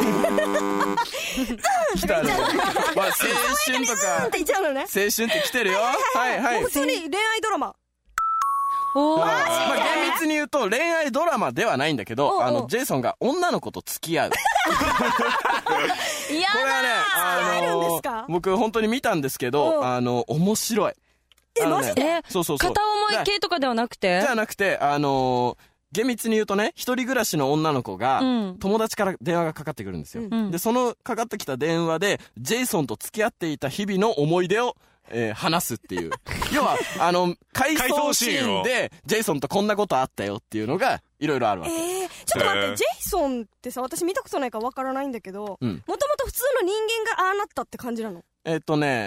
たね。まあ、青春とか、 って言っちゃうのね。 青春って来てるよ。はいはい。 普通に恋愛ドラマ。 まあ、厳密に言うと恋愛ドラマではないんだけど、ジェイソンが女の子と付き合う。これはね、僕本当に見たんですけど、面白い。 マジで？ そう。 片思い系とかではなくて？ じゃなくて、厳密に言うとね、一人暮らしの女の子が、友達から電話がかかってくるんですよ。で、そのかかってきた電話で、ジェイソンと付き合っていた日々の思い出を、話すっていう。要は、回想シーンで、ジェイソンとこんなことあったよっていうのが、いろいろあるわけ。 ちょっと待って、ジェイソンってさ、私見たことないからわからないんだけど、もともと普通の人間がああなったって感じなの？ 蘇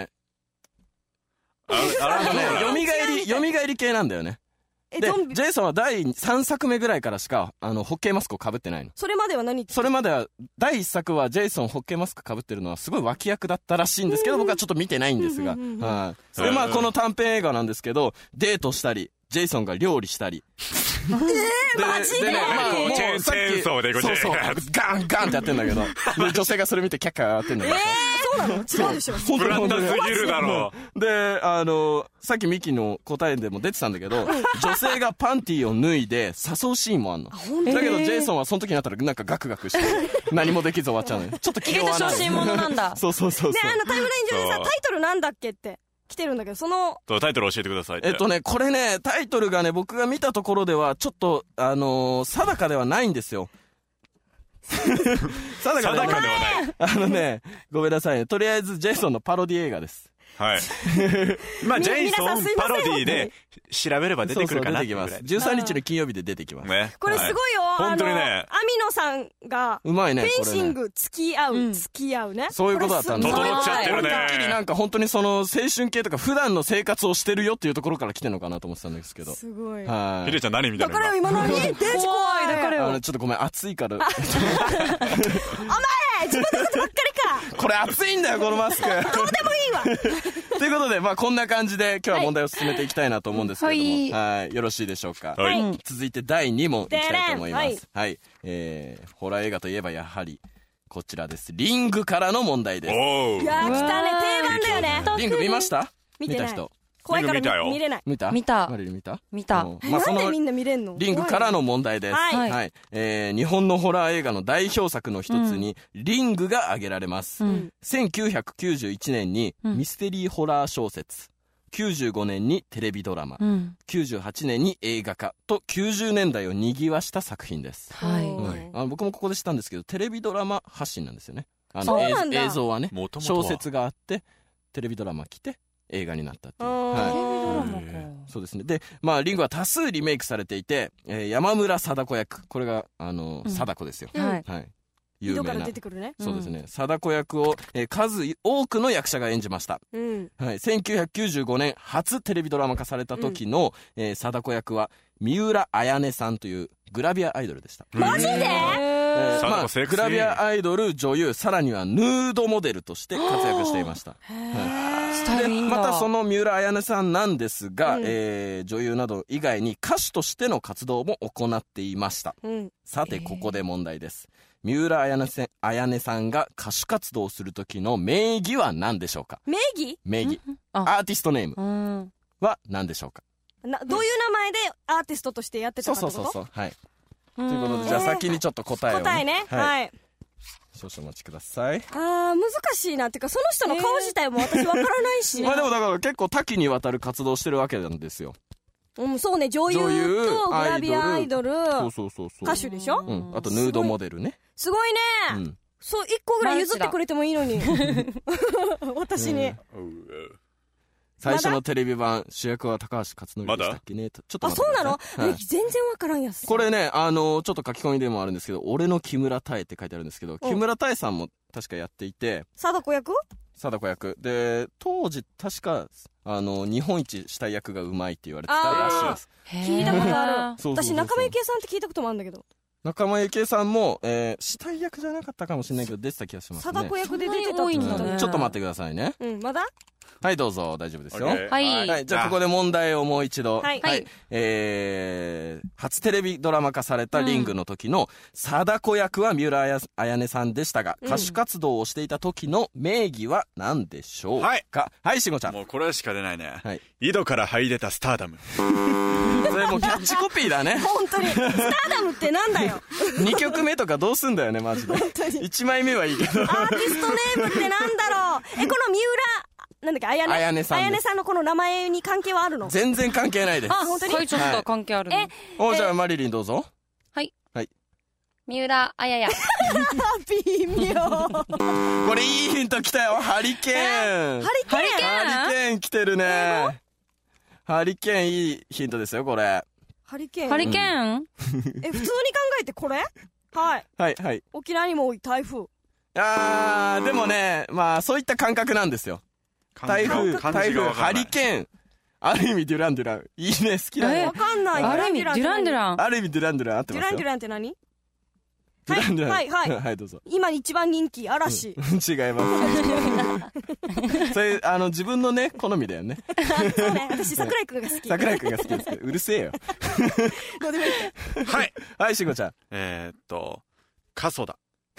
り系なんだよね。で、ジェイソンは第3作目ぐらいからしか、ホッケーマスクを被ってないの。 それまでは何？ それまでは、第1作はジェイソンホッケーマスク被ってるのはすごい脇役だったらしいんですけど、僕はちょっと見てないんですが。で、まあこの短編映画なんですけど、デートしたり、ジェイソンが料理したり。 マジで？ チェーンソーでそう、ガンガンってやってんだけど、で、女性がそれ見てキャッキャやってんだけど。 そうなの？違うでしょ。 ブランダすぎるだろう。で、さっきミキの答えでも出てたんだけど、女性がパンティーを脱いで誘うシーンもあんの。だけどジェイソンはその時になったらなんかガクガクして何もできず終わっちゃうのよ。ちょっと気弱な。 小心者なんだ。 そう。 で、タイムライン上でさ、タイトルなんだっけって来てるんだけど、そのタイトル教えてくださいって。 これね、タイトルがね、僕が見たところではちょっと定かではないんですよ。定かではない。ごめんなさいね。とりあえずジェイソンのパロディ映画です。 はい。まあ、ジェイソンパロディで調べれば出てくるかな。 出てきます。13日の金曜日で出てきます。 ね。これすごいよ。 本当にね。 アミノさんが、 うまいね。 フェンシング付き合うね。 そういうことだったんだ。 整っちゃってるね。 はっきりなんか本当にその青春系とか普段の生活をしてるよっていうところから来てるのかなと思ってたんですけど。 すごい。 はい。ヒデちゃん何見たの？ だから今何？デジ怖い。だからよ。 ちょっとごめん、暑いから。お前自分のことばっかりか。 これ暑いんだよ、このマスク。どうでもいいわ。 ということで、まあこんな感じで今日は問題を進めていきたいなと思うんですけれども、はい、よろしいでしょうか。 はい。 続いて第2問いきたいと思います。はい。ホラー映画といえばやはり、こちらです。リングからの問題です。 いやー、来たね、定番だよね。 リング見ました？ 見た人。 怖いから見れない。 見た。 マリル見た。 なんでみんな見れんの？ リングからの問題です。はい。日本のホラー映画の代表作の一つに、リングが挙げられます。1991年にミステリーホラー小説。95年にテレビドラマ、98年に映画化と90年代を賑わした作品です。僕もここで知ったんですけど、テレビドラマ発信なんですよね。映像はね、小説があってテレビドラマ来て映画になったっていう。そうですね。で、まあリングは多数リメイクされていて、山村貞子役、これが貞子ですよ。はい。有名な。そうですね。貞子役を、数多くの役者が演じました。はい。1995年初テレビドラマ化された時の、貞子役は三浦綾音さんというグラビアアイドルでした。 マジで？ まあ、グラビアアイドル、女優、さらにはヌードモデルとして活躍していました。で、またその三浦綾音さんなんですが、女優など以外に歌手としての活動も行っていました。さて、ここで問題です。三浦綾音さんが歌手活動する時の名義は何でしょうか？名義。アーティストネームは何でしょうか？ どういう名前でアーティストとしてやってたかってこと？ そう。はい。ということで、じゃあ先にちょっと答えを。 答えね。はい。 少々お待ちください。 難しいな。っていうか、その人の顔自体も私わからないし。 まあでもだから結構多岐にわたる活動してるわけなんですよ。 そうね、女優とグラビアアイドル、 そう歌手でしょ？ あとヌードモデルね。 すごいね。そう、1個ぐらい譲ってくれてもいいのに。私に。 最初のテレビ版、主役は高橋克典でしたっけね。ちょっとそうなの？全然わからんやつ。 これね、ちょっと書き込みでもあるんですけど、俺の木村多江って書いてあるんですけど、木村多江さんも確かやっていて、 貞子役で、当時確か日本一死体役がうまいって言われてたらしいです。 聞いたことある。 そう私仲間由紀恵さんって聞いたこともあるんだけど。 仲間由紀恵さんも、死体役じゃなかったかもしれないけど出てた気がしますね。 貞子役で出てたって聞いたね。 ちょっと待ってくださいね。 まだ？ はい、どうぞ、大丈夫ですよ。 はい。 じゃあここで問題をもう一度。 はい。 初テレビドラマ化されたリングの時の貞子役は三浦綾音さんでしたが、歌手活動をしていた時の名義は何でしょうか？はい、しごちゃん。 もうこれしか出ないね。井戸から這い出たスターダム。 それもうキャッチコピーだね。 本当に。スターダムってなんだよ。 2曲目とかどうすんだよね、マジで。 本当に。 1枚目はいいけど。 アーティストネームってなんだろう。この三浦、なんだっけ、綾音さんのこの名前に関係はあるの？ 全然関係ないです。 本当に？ ちょっと関係あるの。じゃあマリリンどうぞ。 はい。 はい。 三浦綾也。 微妙。 これいいヒント来たよ。ハリケーン。 ハリケーン来てるね。ハリケーンいいヒントですよ、これ。 ハリケーン？ 普通に考えてこれ？はい。 はい。 沖縄にも多い台風。 でもね、まあそういった感覚なんですよ。台風、ハリケーン。ある意味デュランデュラン。いいね、好きだね。 わかんない。 ある意味デュランデュラン。 ある意味デュランデュラン合ってますよ。 デュランデュランって何？ デュランデュラン。 はい、 どうぞ。 今一番人気、嵐。 違います。それ、自分のね、好みだよね。 そうね、私、桜井くんが好き。 桜井くんが好きですけど、うるせえよ。 どうでもいい。 はい。 はい、しごちゃん。 過疎だ。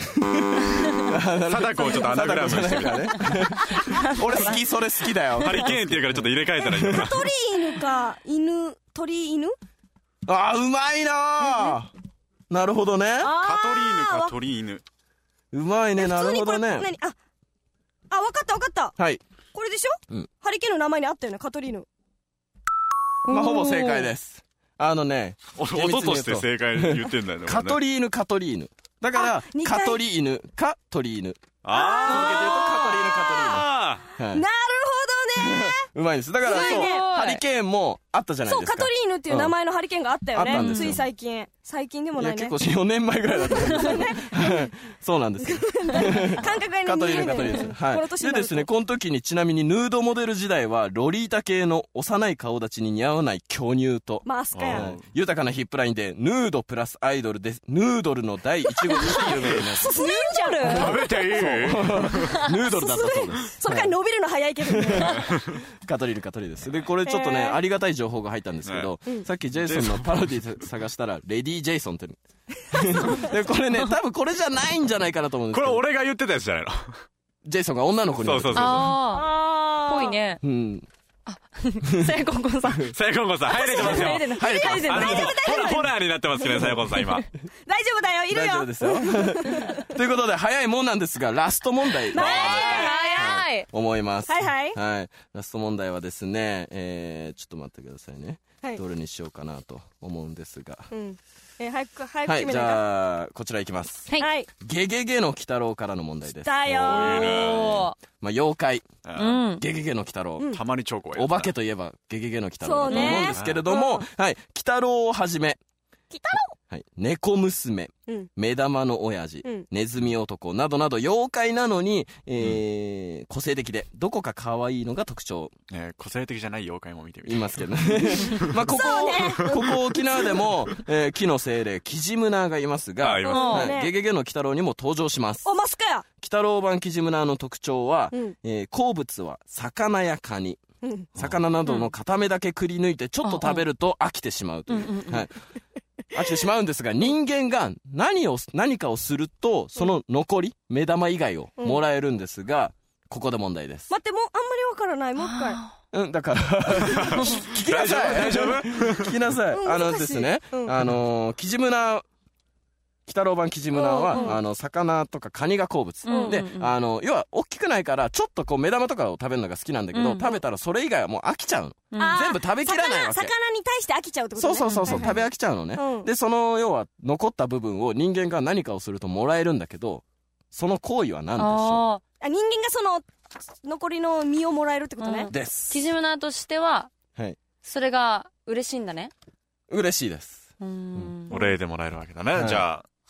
貞子をちょっとアナグラムしてるからね。 俺好き、それ好きだよ。 ハリケーンっていうからちょっと入れ替えたらいいのかな。 鳥犬か、鳥犬？ うまいなぁ。なるほどね。 カトリーヌか鳥犬。 うまいね、なるほどね。 わかった。 はい。 これでしょ？ハリケーンの名前にあったよね、カトリーヌ。 まあ、ほぼ正解です。 音として正解言ってんだよね。 カトリーヌ。だから、カトリーヌか鳥犬。続けて言うとカトリーヌ。 なるほどね。 うまいです。だからそう、ハリケーンもあったじゃないですか。 そう、カトリーヌっていう名前のハリケーンがあったよね。 あったんですよ。 つい最近でもないね。 結構4年前ぐらいだったんですよね。そうなんですよ。 感覚が似てるんだよね。 カトリーヌ。はい。でですね、この時にちなみにヌードモデル時代はロリータ系の幼い顔立ちに似合わない巨乳と、 マスカや豊かなヒップラインでヌードプラスアイドルでヌードルの第一号として有名になった。 進んじゃる。 食べていい？ ヌードルだったそうです。 それから伸びるの早いけどね。 カトリーヌです。で、これちょっとね、ありがたい情報が入ったんですけど、さっきジェイソンのパロディ探したら、レディー・ジェイソンって。で、これね、多分これじゃないんじゃないかなと思うんですけど。 これ俺が言ってたやつじゃないの？ ジェイソンが女の子に。 そう。 ぽいね。さやこんこんさん。入れてますよ。 入れてホラーになってますね、さやこんさん今。 大丈夫だよ、いるよ。 大丈夫ですよ。ということで、早いもんなんですが、ラスト問題。 早い。 思います。 はい。 ラスト問題はですね、ちょっと待ってくださいね。どれにしようかなと思うんですが。 早く決めないか。 じゃあ、こちらいきます。 はい。 ゲゲゲの鬼太郎からの問題です。 だよー。 まあ、妖怪。ゲゲゲの鬼太郎。 たまにチョコや。 お化けといえば、ゲゲゲの鬼太郎だと思うんですけれども、はい。鬼太郎をはじめ、はい、猫娘、目玉の親父、ネズミ男などなど妖怪なのに、個性的でどこか可愛いのが特徴。 個性的じゃない妖怪も見てみて。 いますけどね。まあここ沖縄でも、木の精霊キジムナーがいますが、ゲゲゲの鬼太郎にも登場します。 マスカや。 鬼太郎版キジムナーの特徴は、好物は魚やカニ。魚などの片目だけくり抜いてちょっと食べると飽きてしまうという。はい。飽きてしまうんですが、人間が何かをすると、その残り、目玉以外をもらえるんですが、ここで問題です。 待って、もうあんまりわからない。もう一回。 だから、聞きなさい。大丈夫？聞きなさい。ですね、キジムナー、鬼太郎版キジムナーは、魚とかカニが好物。で、要は、大きくないから、ちょっとこう、目玉とかを食べるのが好きなんだけど、食べたらそれ以外はもう飽きちゃうの。全部食べきらないわけ。 魚に対して飽きちゃうってことね。 そう、食べ飽きちゃうのね。で、その、要は、残った部分を人間が何かをするともらえるんだけど、その行為は何でしょう？ 人間がその、残りの実をもらえるってことね。 です。 キジムナーとしては、それが嬉しいんだね。 嬉しいです。 お礼でもらえるわけだね。じゃあ、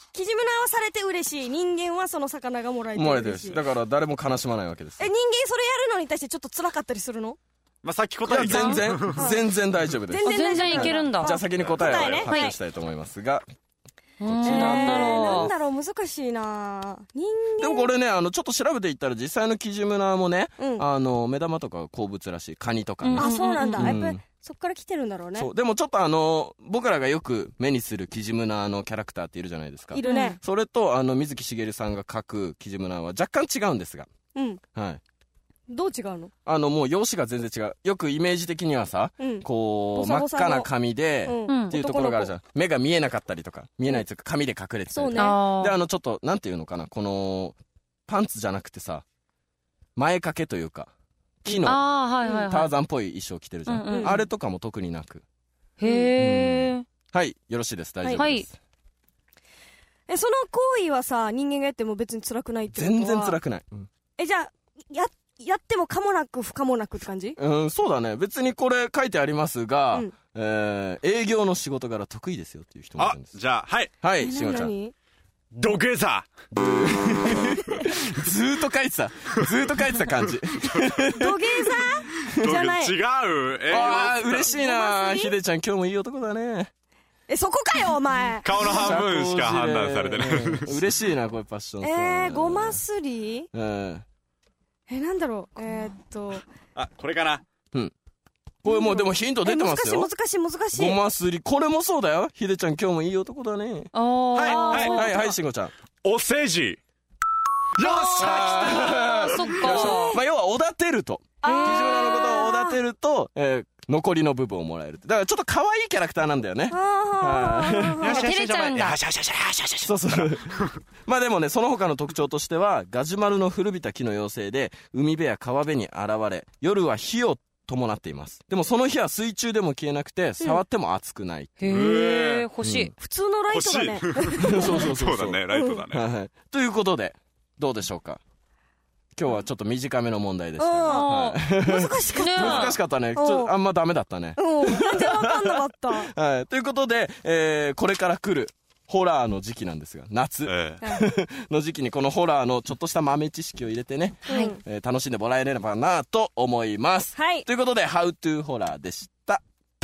キジムナはされて嬉しい、人間はその魚がもらえて嬉しい。 だから誰も悲しまないわけです。 人間それやるのに対してちょっと辛かったりするの？ まあ、さっき答え全然大丈夫です。 全然いけるんだ。 じゃあ先に答えを発表したいと思いますが、 こっちなんだろう、難しいな。人間。 でもこれね、ちょっと調べていったら実際のキジムナもね、目玉とか鉱物らしい、カニとかね。 あ、そうなんだ。やっぱりそっから来てるんだろうね。 そう。でもちょっと僕らがよく目にするキジムナのキャラクターっているじゃないですか。 いるね。 それと水木しげるさんが描くキジムナは若干違うんですが。はい。 どう違うの？ もう容姿が全然違う。よくイメージ的にはさ、こう真っ赤な髪でっていうところがあるじゃん。目が見えなかったりとか、見えないっていうか髪で隠れてたりとか。でちょっとなんていうのかな、このパンツじゃなくてさ、前掛けというか木のターザンっぽい衣装着てるじゃん。あれとかも特になく。 へえ。はい、よろしいです。大丈夫です。 その行為はさ、人間がやっても別に辛くないってことは？ 全然辛くない。 じゃあやっても可もなく不可もなくって感じ？ そうだね。別にこれ書いてありますが、営業の仕事柄得意ですよっていう人もいるんです。 じゃあ、はい。 はい、しごちゃん。 土下座ずーっと書いてた感じ。 土下座じゃない。 違う。 嬉しいな。ひでちゃん今日もいい男だね。 そこかよお前。 顔の半分しか判断されてない。 嬉しいな、これパッション。 ごますり？なんだろう。 これかな。 これもうでもヒント出てますよ。 難しい。 ごますり。これもそうだよ。ひでちゃん今日もいい男だね。はい、しごちゃん。 お世辞。よっしゃー。そっか。 まあ要はおだてると。キジムナのことをおだてると、残りの部分をもらえる。だからちょっと可愛いキャラクターなんだよね。 照れちゃうんだ。 そう。まあでもね、その他の特徴としては、ガジュマルの古びた木の妖精で、海辺や川辺に現れ、夜は火を伴っています。でもその火は水中でも消えなくて、触っても熱くない。 へえ、欲しい。 普通のライトだね。 そうだね、ライトだね。 ということで、どうでしょうか。今日はちょっと短めの問題でした。 難しかったね。あんまダメだったね。 全然わかんなかった。 はい。ということで、これから来るホラーの時期なんですが、夏の時期にこのホラーのちょっとした豆知識を入れてね、楽しんでもらえればなと思います。 はい。 ということで、How to ホラーでした。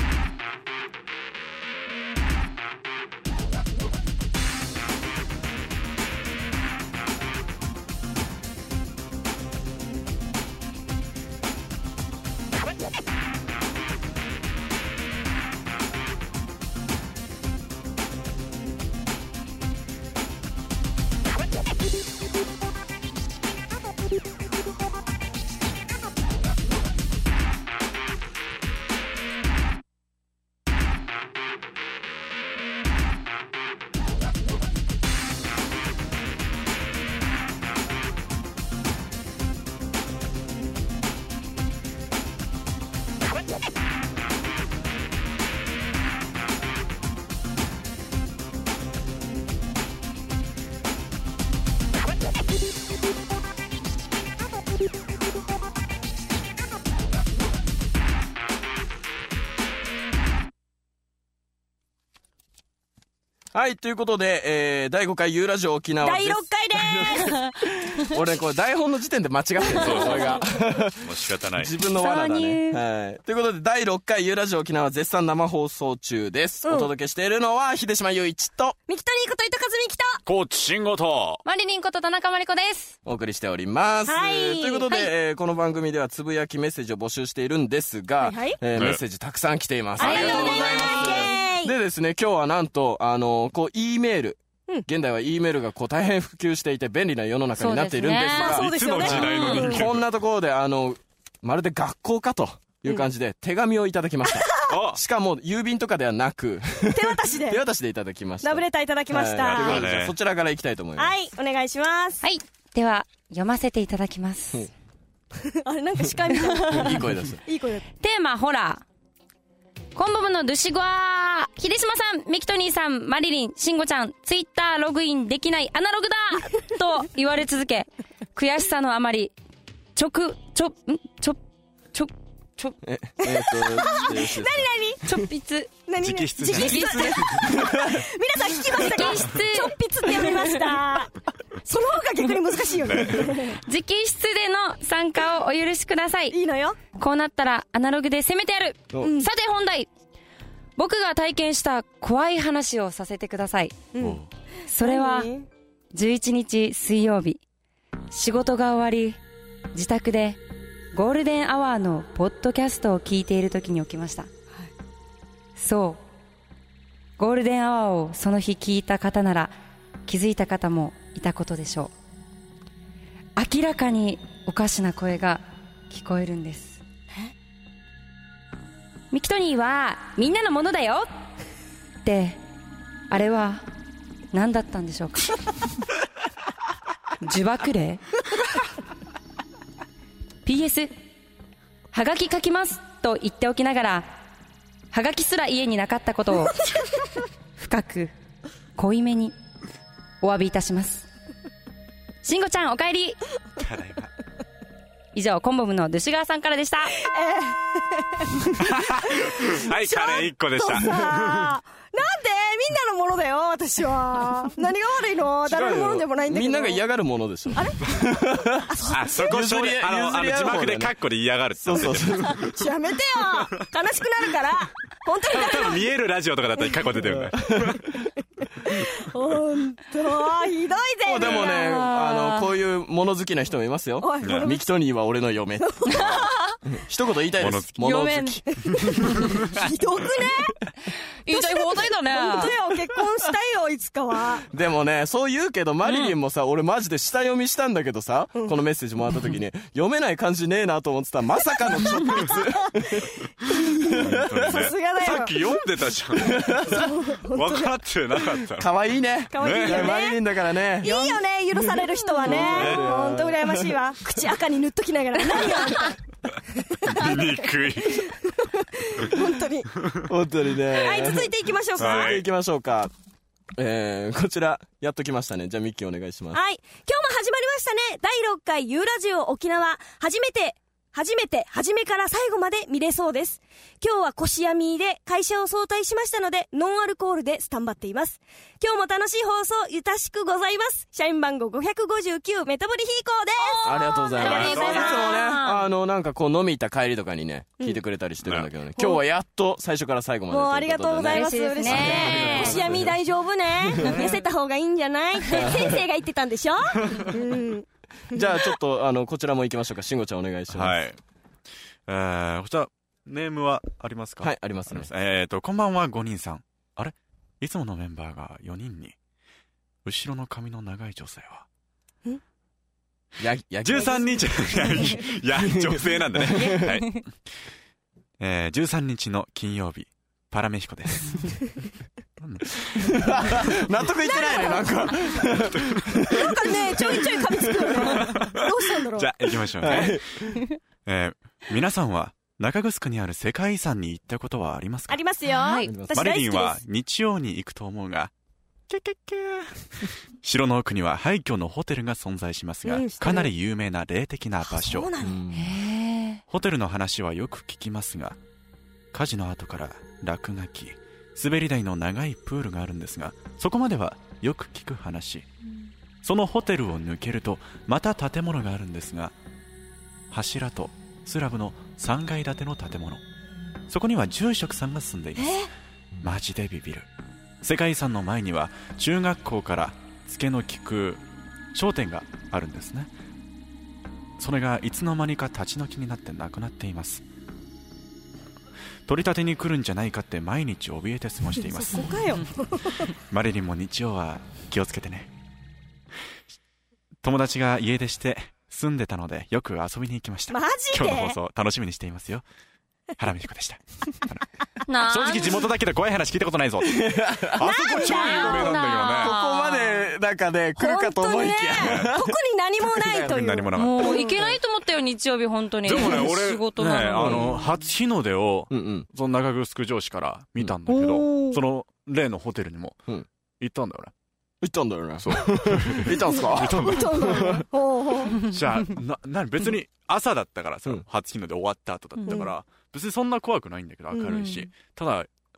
はい、ということで、第5回ユーラジオ沖縄第6回でーす。俺これ台本の時点で間違ってるんですよ、それが。 もう仕方ない。 自分の罠だね。はい。ということで、第6回ユーラジオ沖縄絶賛生放送中です。お届けしているのは、秀島雄一と、 ミキトニーこと伊藤和美きと、 コーチ慎吾と、 マリリンこと田中真理子です。 お送りしております。 はい。 ということで、この番組ではつぶやきメッセージを募集しているんですが、メッセージたくさん来ています。 ありがとうございます。 でですね、今日はなんと、E メール。現代は E メールが大変普及していて便利な世の中になっているんですが、 いつの時代の人間。 こんなところでまるで学校かという感じで手紙をいただきました。しかも郵便とかではなく手渡しでいただきました。 ラブレターいただきました。 そちらからいきたいと思います。 はい、お願いします。 はい、では読ませていただきます。 あれなんか司会みたい。 いい声です。 いい声だ。 テーマホラー。コンボブのドゥシゴアー、秀島さん、ミキトニーさん、マリリン、シンゴちゃん、ツイッターログインできないアナログだと言われ続け、悔しさのあまり、何々ちょっぴつ。 何何直筆皆さん聞きましたか？ちょっぴつって読みました。その方が逆に難しいよね。 直筆での参加をお許しください。 いいのよ。 こうなったらアナログで攻めてやる。さて本題。僕が体験した怖い話をさせてください。それは11日水曜日、仕事が終わり自宅でゴールデンアワーのポッドキャストを聞いている時に起きました。そう、ゴールデンアワーをその日聞いた方なら気づいた方もいたことでしょう。明らかにおかしな声が聞こえるんです。ミキトニーはみんなのものだよって、あれは何だったんでしょうか。呪縛霊。 PS はがき書きますと言っておきながらはがきすら家になかったことを深く濃いめにお詫びいたします。しんごちゃんおかえり。以上コンボムのドゥシガーさんからでした。 はい、カレー1個でした。 なんでみんなのものだよ私は。何が悪いの？誰のものでもないんだけど。 みんなが嫌がるものでしょ。あれそこ字幕でカッコで嫌がるって。そうやめてよ、悲しくなるから。本当に多分見えるラジオとかだったらカッコ出てるね。 本当ひどいぜ。 でもね、こういう物好きな人もいますよ。ミキトニーは俺の嫁。一言言いたいです。物好き。 ひどくね？ 言いたい放題だね。 本当よ、結婚したいよいつかは。 でもね、そう言うけどマリリンもさ、俺マジで下読みしたんだけどさ、このメッセージもらった時に読めない漢字ねえなと思ってたらまさかの直筆。 さすがだよ。 さっき読んでたじゃん。分かってなかった。 可愛いね。 可愛いね。 マリリンだからね。 いいよね、許される人はね。本当羨ましいわ。口赤に塗っときながら何よ。 見にくい。 本当にね。 はい、続いていきましょうか。 続いていきましょうか。こちらやっときましたね。じゃあミッキーお願いします。 はい、今日も始まりましたね。第6回ユーラジオ沖縄、初めから最後まで見れそうです。今日はコシアミで会社を早退しましたのでノンアルコールでスタンバっています。今日も楽しい放送ゆたしくございます。社員番号559メタボリヒーコーです。 ありがとうございます。いつもね、なんかこう飲み行った帰りとかにね聞いてくれたりしてるんだけどね、今日はやっと最初から最後まで、 もうありがとうございます。嬉しいね。コシアミ大丈夫ね。痩せた方がいいんじゃないって先生が言ってたんでしょ。 じゃあちょっとこちらも行きましょうか。しんごちゃんお願いします。 はい、こちらネームはありますか？ はい、ありますね。 こんばんは5人さん。あれ、いつものメンバーが4人に。後ろの髪の長い女性は13日女性なんだね。はい、13日の金曜日パラメヒコです。 納得いってないね。なんかね、ちょいちょい噛みつくよね。どうしたんだろう。 じゃあ行きましょうね。皆さんは中城にある世界遺産に行ったことはありますか？ ありますよ。 マリリンは日曜に行くと思うが、城の奥には廃墟のホテルが存在しますが、かなり有名な霊的な場所。ホテルの話はよく聞きますが、火事の後から落書き、滑り台の長いプールがあるんですが、そこまではよく聞く話。そのホテルを抜けるとまた建物があるんですが、柱とスラブの3階建ての建物、そこには住職さんが住んでいます。マジでビビる。世界遺産の前には中学校からつけの利く商店があるんですね。それがいつの間にか立ち退きになってなくなっています。取り立てに来るんじゃないかって毎日怯えて過ごしています。 そこかよ。 マリリンも日曜は気をつけてね。友達が家出して住んでたのでよく遊びに行きました。 マジで？ 今日の放送楽しみにしていますよ。原美彦でした。正直地元だけど怖い話聞いたことないぞ。あそこ超有名なんだけどね。ここまでなんかね来るかと思いきや、 特に何もないという。 何もなかった。 もう行けないと思ったよ日曜日本当に。 でもね俺仕事なのね初日の出をその中城城市から見たんだけど、その例のホテルにも行ったんだよね。 行ったんだよね。そう。行ったんすか？ 行ったんだよ。じゃあ別に朝だったからさ、初日の出終わった後だったから別にそんな怖くないんだけど、明るいし、ただ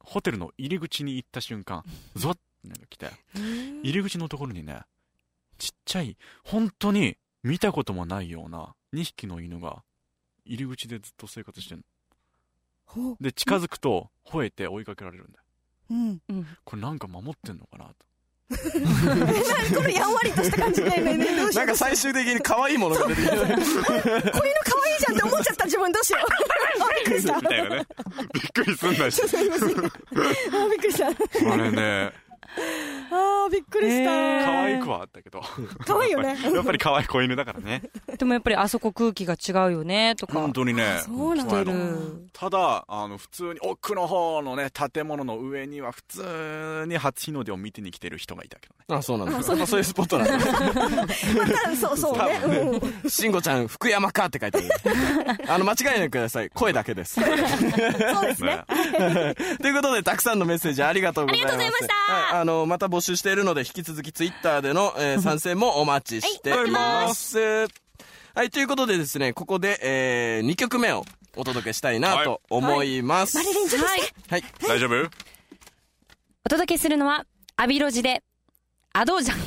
ホテルの入り口に行った瞬間ゾワッて来て、入り口のところにね、ちっちゃい本当に見たこともないような2匹の犬が入り口でずっと生活してんので、近づくと吠えて追いかけられるんだよ、これなんか守ってんのかなとこれやんわりとした感じでね、 なんか最終的に可愛いものが出てきて、こういうの可愛いじゃんって思っちゃった自分、どうしよう。びっくりした。 みたいなね。びっくりすんだし。 びっくりした。 これね。 びっくりした。 可愛くはあったけど。 可愛いよね。 やっぱり可愛い子犬だからね。 でもやっぱりあそこ空気が違うよねとか。 本当にね。 そうなんだ。 ただ普通に奥の方のね建物の上には普通に初日の出を見てに来てる人がいたけどね。 あ、そうなんだ。そういうスポットなんだ。 そうね。 しんごちゃん福山かって書いてある。間違えないでください。声だけです。 そうですね。 ということでたくさんのメッセージありがとうございます。 ありがとうございました。 また募集しているので引き続きツイッターでの、参戦もお待ちしています。はい、ということでですね、ここで、2曲目をお届けしたいなと思います。 マリリンちゃんですね。 はい。大丈夫？ お届けするのはアビロジでアドージャン。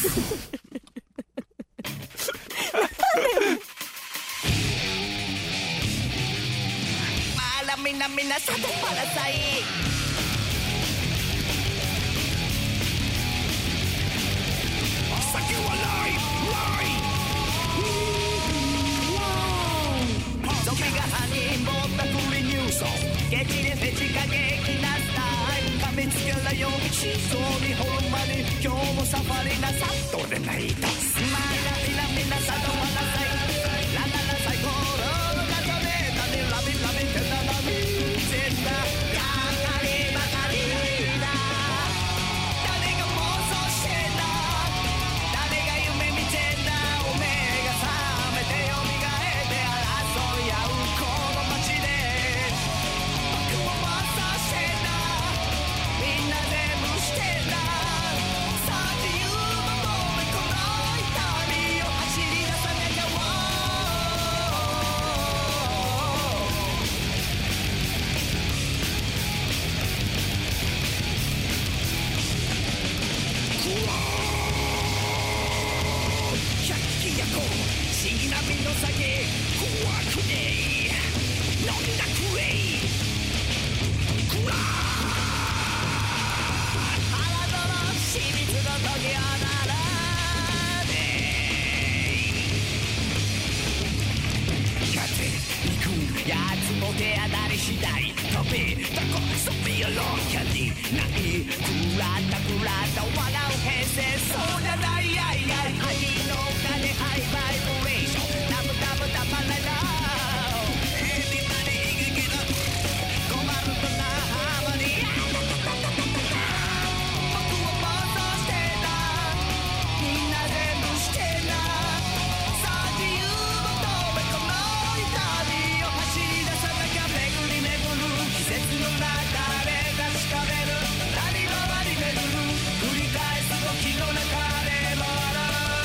みんなさとパラサイ酒はライゾンビが歯に持ったフリニューソン激でフェチ過激なスタイル噛みつけらよ地層にほんまに今日もサファリなさどれないとスマイラみんなさとパラサイラララ最高のガトネタにラビってななみ全だがかりばかりだ誰が妄想してんだ誰が夢見てんだおめえが覚めて蘇って争い合うこの街で僕も妄想してんだみんな全部してんださあ自由求めこの旅を走り出さなきゃシナミの酒怖くねえ飲んだくれくら腹の秘密の時はならねえやっていくやつも手当たり次第飛びたこそビアロンキャンディーないくらった笑う平成そうじゃないやいやい愛の金ハイバイブレーションダムダマララエビバディギギの困るとなハーモニー僕を妄想してたみんな全部してたさあ自由求めこの旅を走り出さなきゃ巡り巡る季節の中で確かめる何回り巡る繰り返す時の中で回る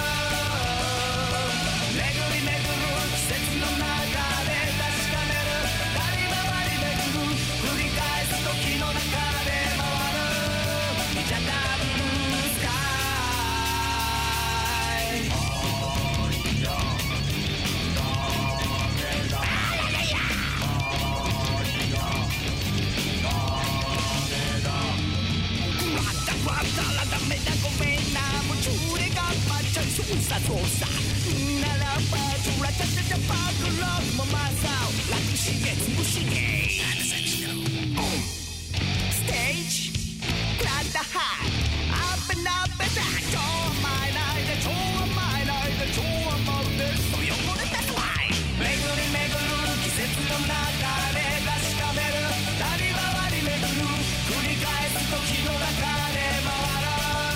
巡り巡る季節の中で確かめる何回り巡る繰り返す時の中で回るじゃダブルスカイわったらダメだごめんな夢中で頑張っちゃうそうさならばつらちゃちゃパークロックもマサオ楽しげつぶしげステージクラッダハイアップナップだ超甘えないで超甘えないで超甘うでそよこでthat's why巡り巡る季節の中で確かめる何回り巡る繰り返す時の中で回る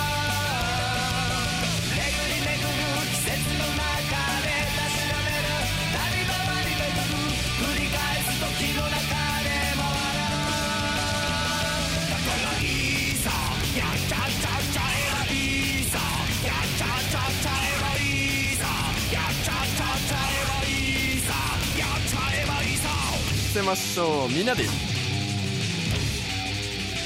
巡り巡る季節の中で確かめる何回り巡る繰り返す時の中で回るだからいいさやっちゃっちゃっちゃえばいいさやっちゃっちゃっちゃえばいいさやっちゃっちゃっちゃえばいいさやっちゃえばいいさせましょうみんなで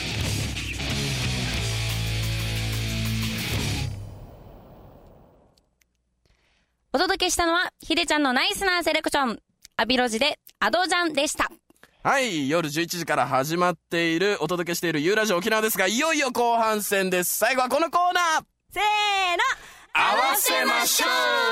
けしたのはひでちゃんのナイスなセレクション、アビロジでアドジャンでした。 はい、夜11時から始まっている、お届けしているユーラジオ沖縄ですが、いよいよ後半戦です。最後はこのコーナー、 せーの、 合わせましょう。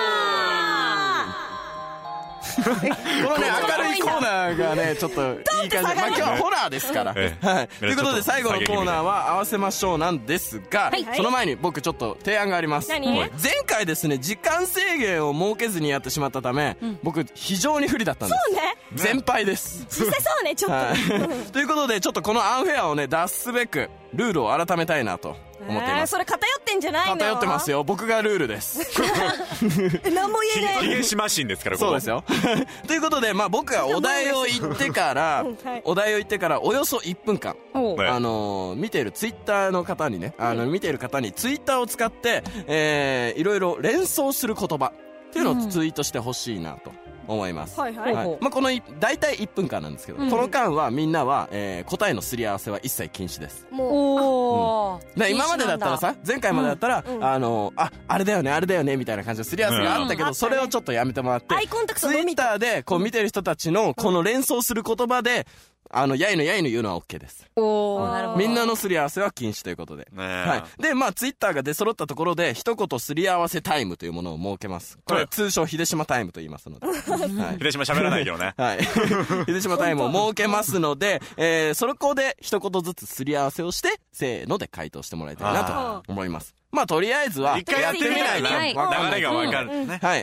このね、明るいコーナーがね、ちょっといい感じ。まあ今日はホラーですから。はい。ということで最後のコーナーは合わせましょうなんですが、その前に僕ちょっと提案があります。 何？ 前回ですね、時間制限を設けずにやってしまったため、僕非常に不利だったんです。 そうね。 全敗です。 実際そうね、ちょっと。ということで、ちょっっとこのアンフェアをね、脱すべくルールを改めたいなと思っています。 それ偏ってんじゃないの？ 偏ってますよ。僕がルールです何も言えない。 ヒゲシマシンですからここ。 そうですよということで、まあ僕がお題を言ってからお題を言ってからおよそ1分間見ているツイッターの方にね、見ている方にツイッターを使っていろいろ連想する言葉っていうのをツイートしてほしいなと思います。はいはい。まあこの大体1分間なんですけど、この間はみんなは答えのすり合わせは一切禁止です。 もう今までだったらさ、前回までだったらあれだよねあれだよねみたいな感じのすり合わせがあったけど、それをちょっとやめてもらって、 アイコンタクトツイッターでこう見てる人たちのこの連想する言葉でやいのやいの言うのは OK です。 なるほど。 みんなのすり合わせは禁止ということで、はい。でまあツイッターが出揃ったところで一言すり合わせタイムというものを設けます。これ通称秀島タイムと言いますので、はい、 秀島喋らないけどねはい秀島タイムを設けますので、そこで一言ずつすり合わせをしてせーので回答してもらいたいなと思います。まあとりあえずは一回やってみないと流れが分かるね。 はい、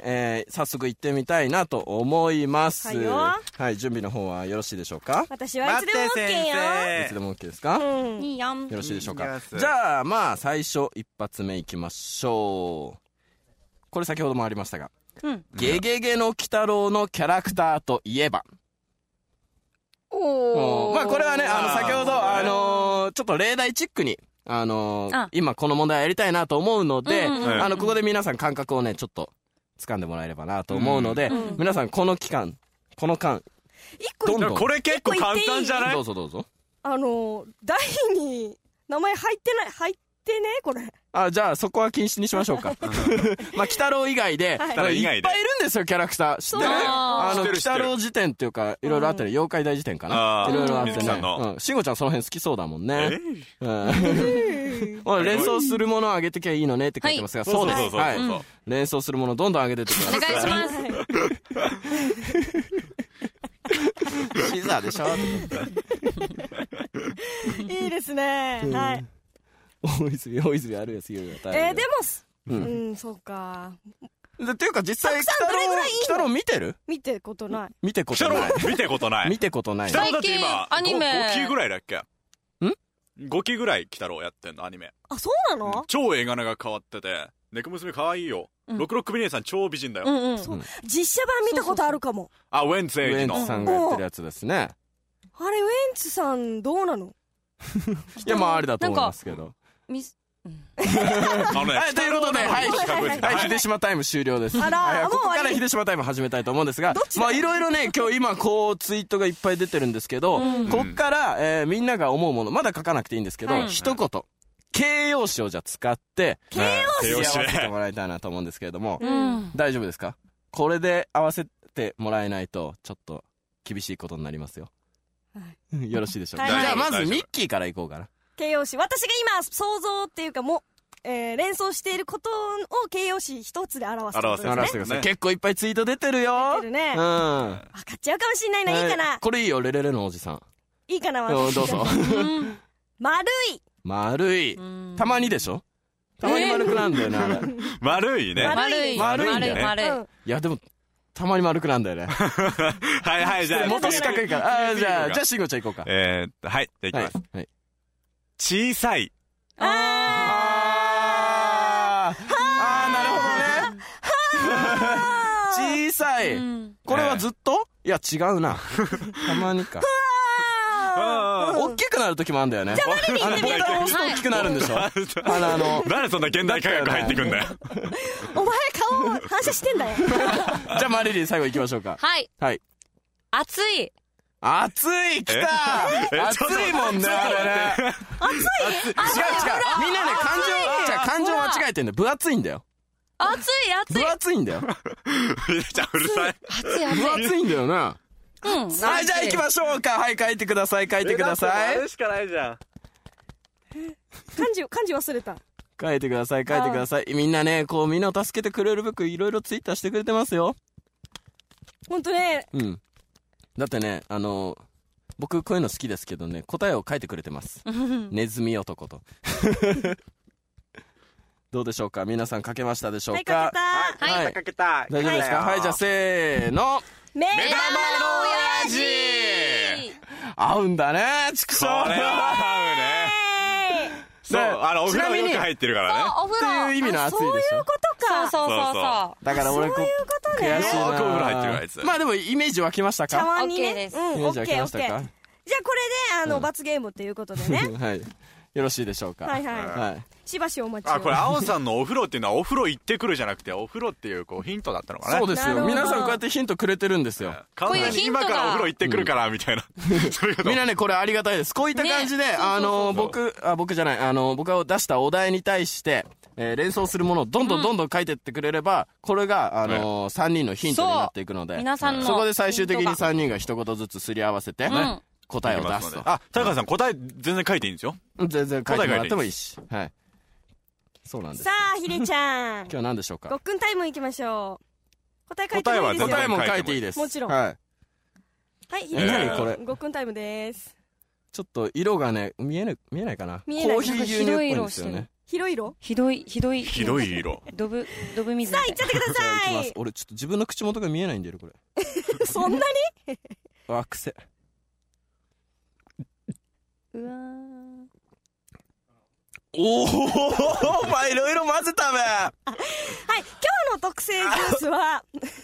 早速行ってみたいなと思います。はい、準備の方はよろしいでしょうか？ 私はいつでも OK よ。 いつでも OK ですか？ いいよ。よろしいでしょうか？じゃあまあ最初一発目いきましょう。これ先ほどもありましたが、ゲゲゲの鬼太郎のキャラクターといえば、まあこれはね先ほどちょっと例題チックに今この問題やりたいなと思うので、ここで皆さん感覚をねちょっと掴んでもらえればなと思うので、皆さんこの間どんどんこれ結構簡単じゃない？ どうぞどうぞ。 台に名前入ってねこれ。 じゃあそこは禁止にしましょうか。まあ鬼太郎以外でいっぱいいるんですよキャラクター。知ってる？鬼太郎辞典っていうかいろいろあったり、妖怪大辞典かな、いろいろあってね。しんごちゃんその辺好きそうだもんね。連想するものをあげてきゃいいのねって書いてますが、そうです。連想するものどんどんあげてってください。 お願いします。シザーでしょ。 いいですね。はい。 大泉あるやつ言うよ。 でもそうか。 っていうか実際鬼太郎見てる？見たことない。 見たことない。 最近アニメ 5期ぐらいだっけ？5期ぐらい鬼太郎やってんのアニメ。 あ、そうなの？ 超絵柄が変わってて猫娘可愛いよ。66ビネさん超美人だよ。 実写版見たことあるかも。 ウェンツエイジのウェンツさんがやってるやつですね。 あれウェンツさんどうなの？ いやまああれだと思いますけど。ということで、秀島タイム終了です。ここから秀島タイム始めたいと思うんですが、まあいろいろね、今日今こうツイートがいっぱい出てるんですけど、こっからみんなが思うもの、まだ書かなくていいんですけど、一言形容詞をじゃあ使って形容詞合わせてもらいたいなと思うんですけれども、大丈夫ですか？これで合わせてもらえないとちょっと厳しいことになりますよ。よろしいでしょうか？じゃあまずミッキーからいこうかな。 形容詞、私が今想像っていうか連想していることを形容詞一つで表すってことですね。 結構いっぱいツイート出てるよ。 出てるね。分かっちゃうかもしんないな。いいかな。 これいいよ、レレレのおじさん。 いいかな。 どうぞ。丸い。たまにでしょ？たまに丸くなんだよな。 丸いね。 丸いんだよ。 いやでもたまに丸くなんだよね。 はい、じゃあ元四角いから。じゃあしんごちゃん行こうか。 はい、じゃあ行きます。小さい。 なるほどね。小さい。これはずっと？いや違うな。たまにか。大きくなる時もあるんだよね。 じゃあマリリンってボタンを押すと大きくなるんでしょ。 なんでそんな現代科学入ってくんだよ。 お前顔反射してんだよ。 じゃあマリリン最後行きましょうか。はい。 熱い。 熱い来た。熱いもんねあれね。 熱い。違う。 みんなね感情間違えてんだよ。分厚いんだよ。 熱い分厚いんだよ。 みなちゃんうるさい。 分厚いんだよな。はい、じゃあ行きましょうか。はい、書いてください。 あれしかないじゃん。 漢字忘れた。 書いてください。みんなね、こうみんなを助けてくれるべくいろいろツイッターしてくれてますよ。 ほんとね。 だってね、僕こういうの好きですけどね、答えを書いてくれてます。ネズミ男と。どうでしょうか、皆さん書けましたでしょうか。 はい、 書けた。 大丈夫ですか。はい、じゃあせーの。 目玉の親父。 合うんだね、畜生。 これは合うね。そう、お風呂よく入ってるからね。 お風呂っていう意味の熱いでしょ。 そういうことか。 そうだから俺そういうことね。 悔しいな。 お風呂入ってるあいつ。 まあでもイメージ湧きましたか。 茶碗に OK ね。 です。 イメージ湧きましたか。 じゃあこれで罰ゲームということでね。 はい。よろしいでしょうか。 はい。しばしお待ちを。 これ青さんのお風呂っていうのはお風呂行ってくるじゃなくてお風呂っていうヒントだったのかな。 そうですよ。皆さんこうやってヒントくれてるんですよ。 完全に今からお風呂行ってくるからみたいな。 みんなね、これありがたいです。こういった感じで、僕じゃない、僕が出したお題に対して連想するものをどんどん書いてってくれれば、これが3人のヒントになっていくので、 皆さんのそこで最終的に3人が一言ずつすり合わせて答えを出すと。 高橋さん答え全然書いていいんですよ。 全然書いてもらってもいいし。はい。そうなんです。 さあ、ひでちゃん。 今日は何でしょうか。 ごっくんタイム行きましょう。答え書いてもいいですか。 答えも書いていいです。 もちろん。 はい。 はい、ひでちゃん。これ。ごっくんタイムです。 ちょっと色がね、見えないかな。 見えない。 コーヒー牛乳っぽいんですよね。 広い色。 ひどい色。 ドブ水。 さあ、行っちゃってください。 俺ちょっと自分の口元が見えないんだよ、これ。 そんなに癖。 うわお前いろいろ混ぜたべ。 はい、今日の特製ジュースは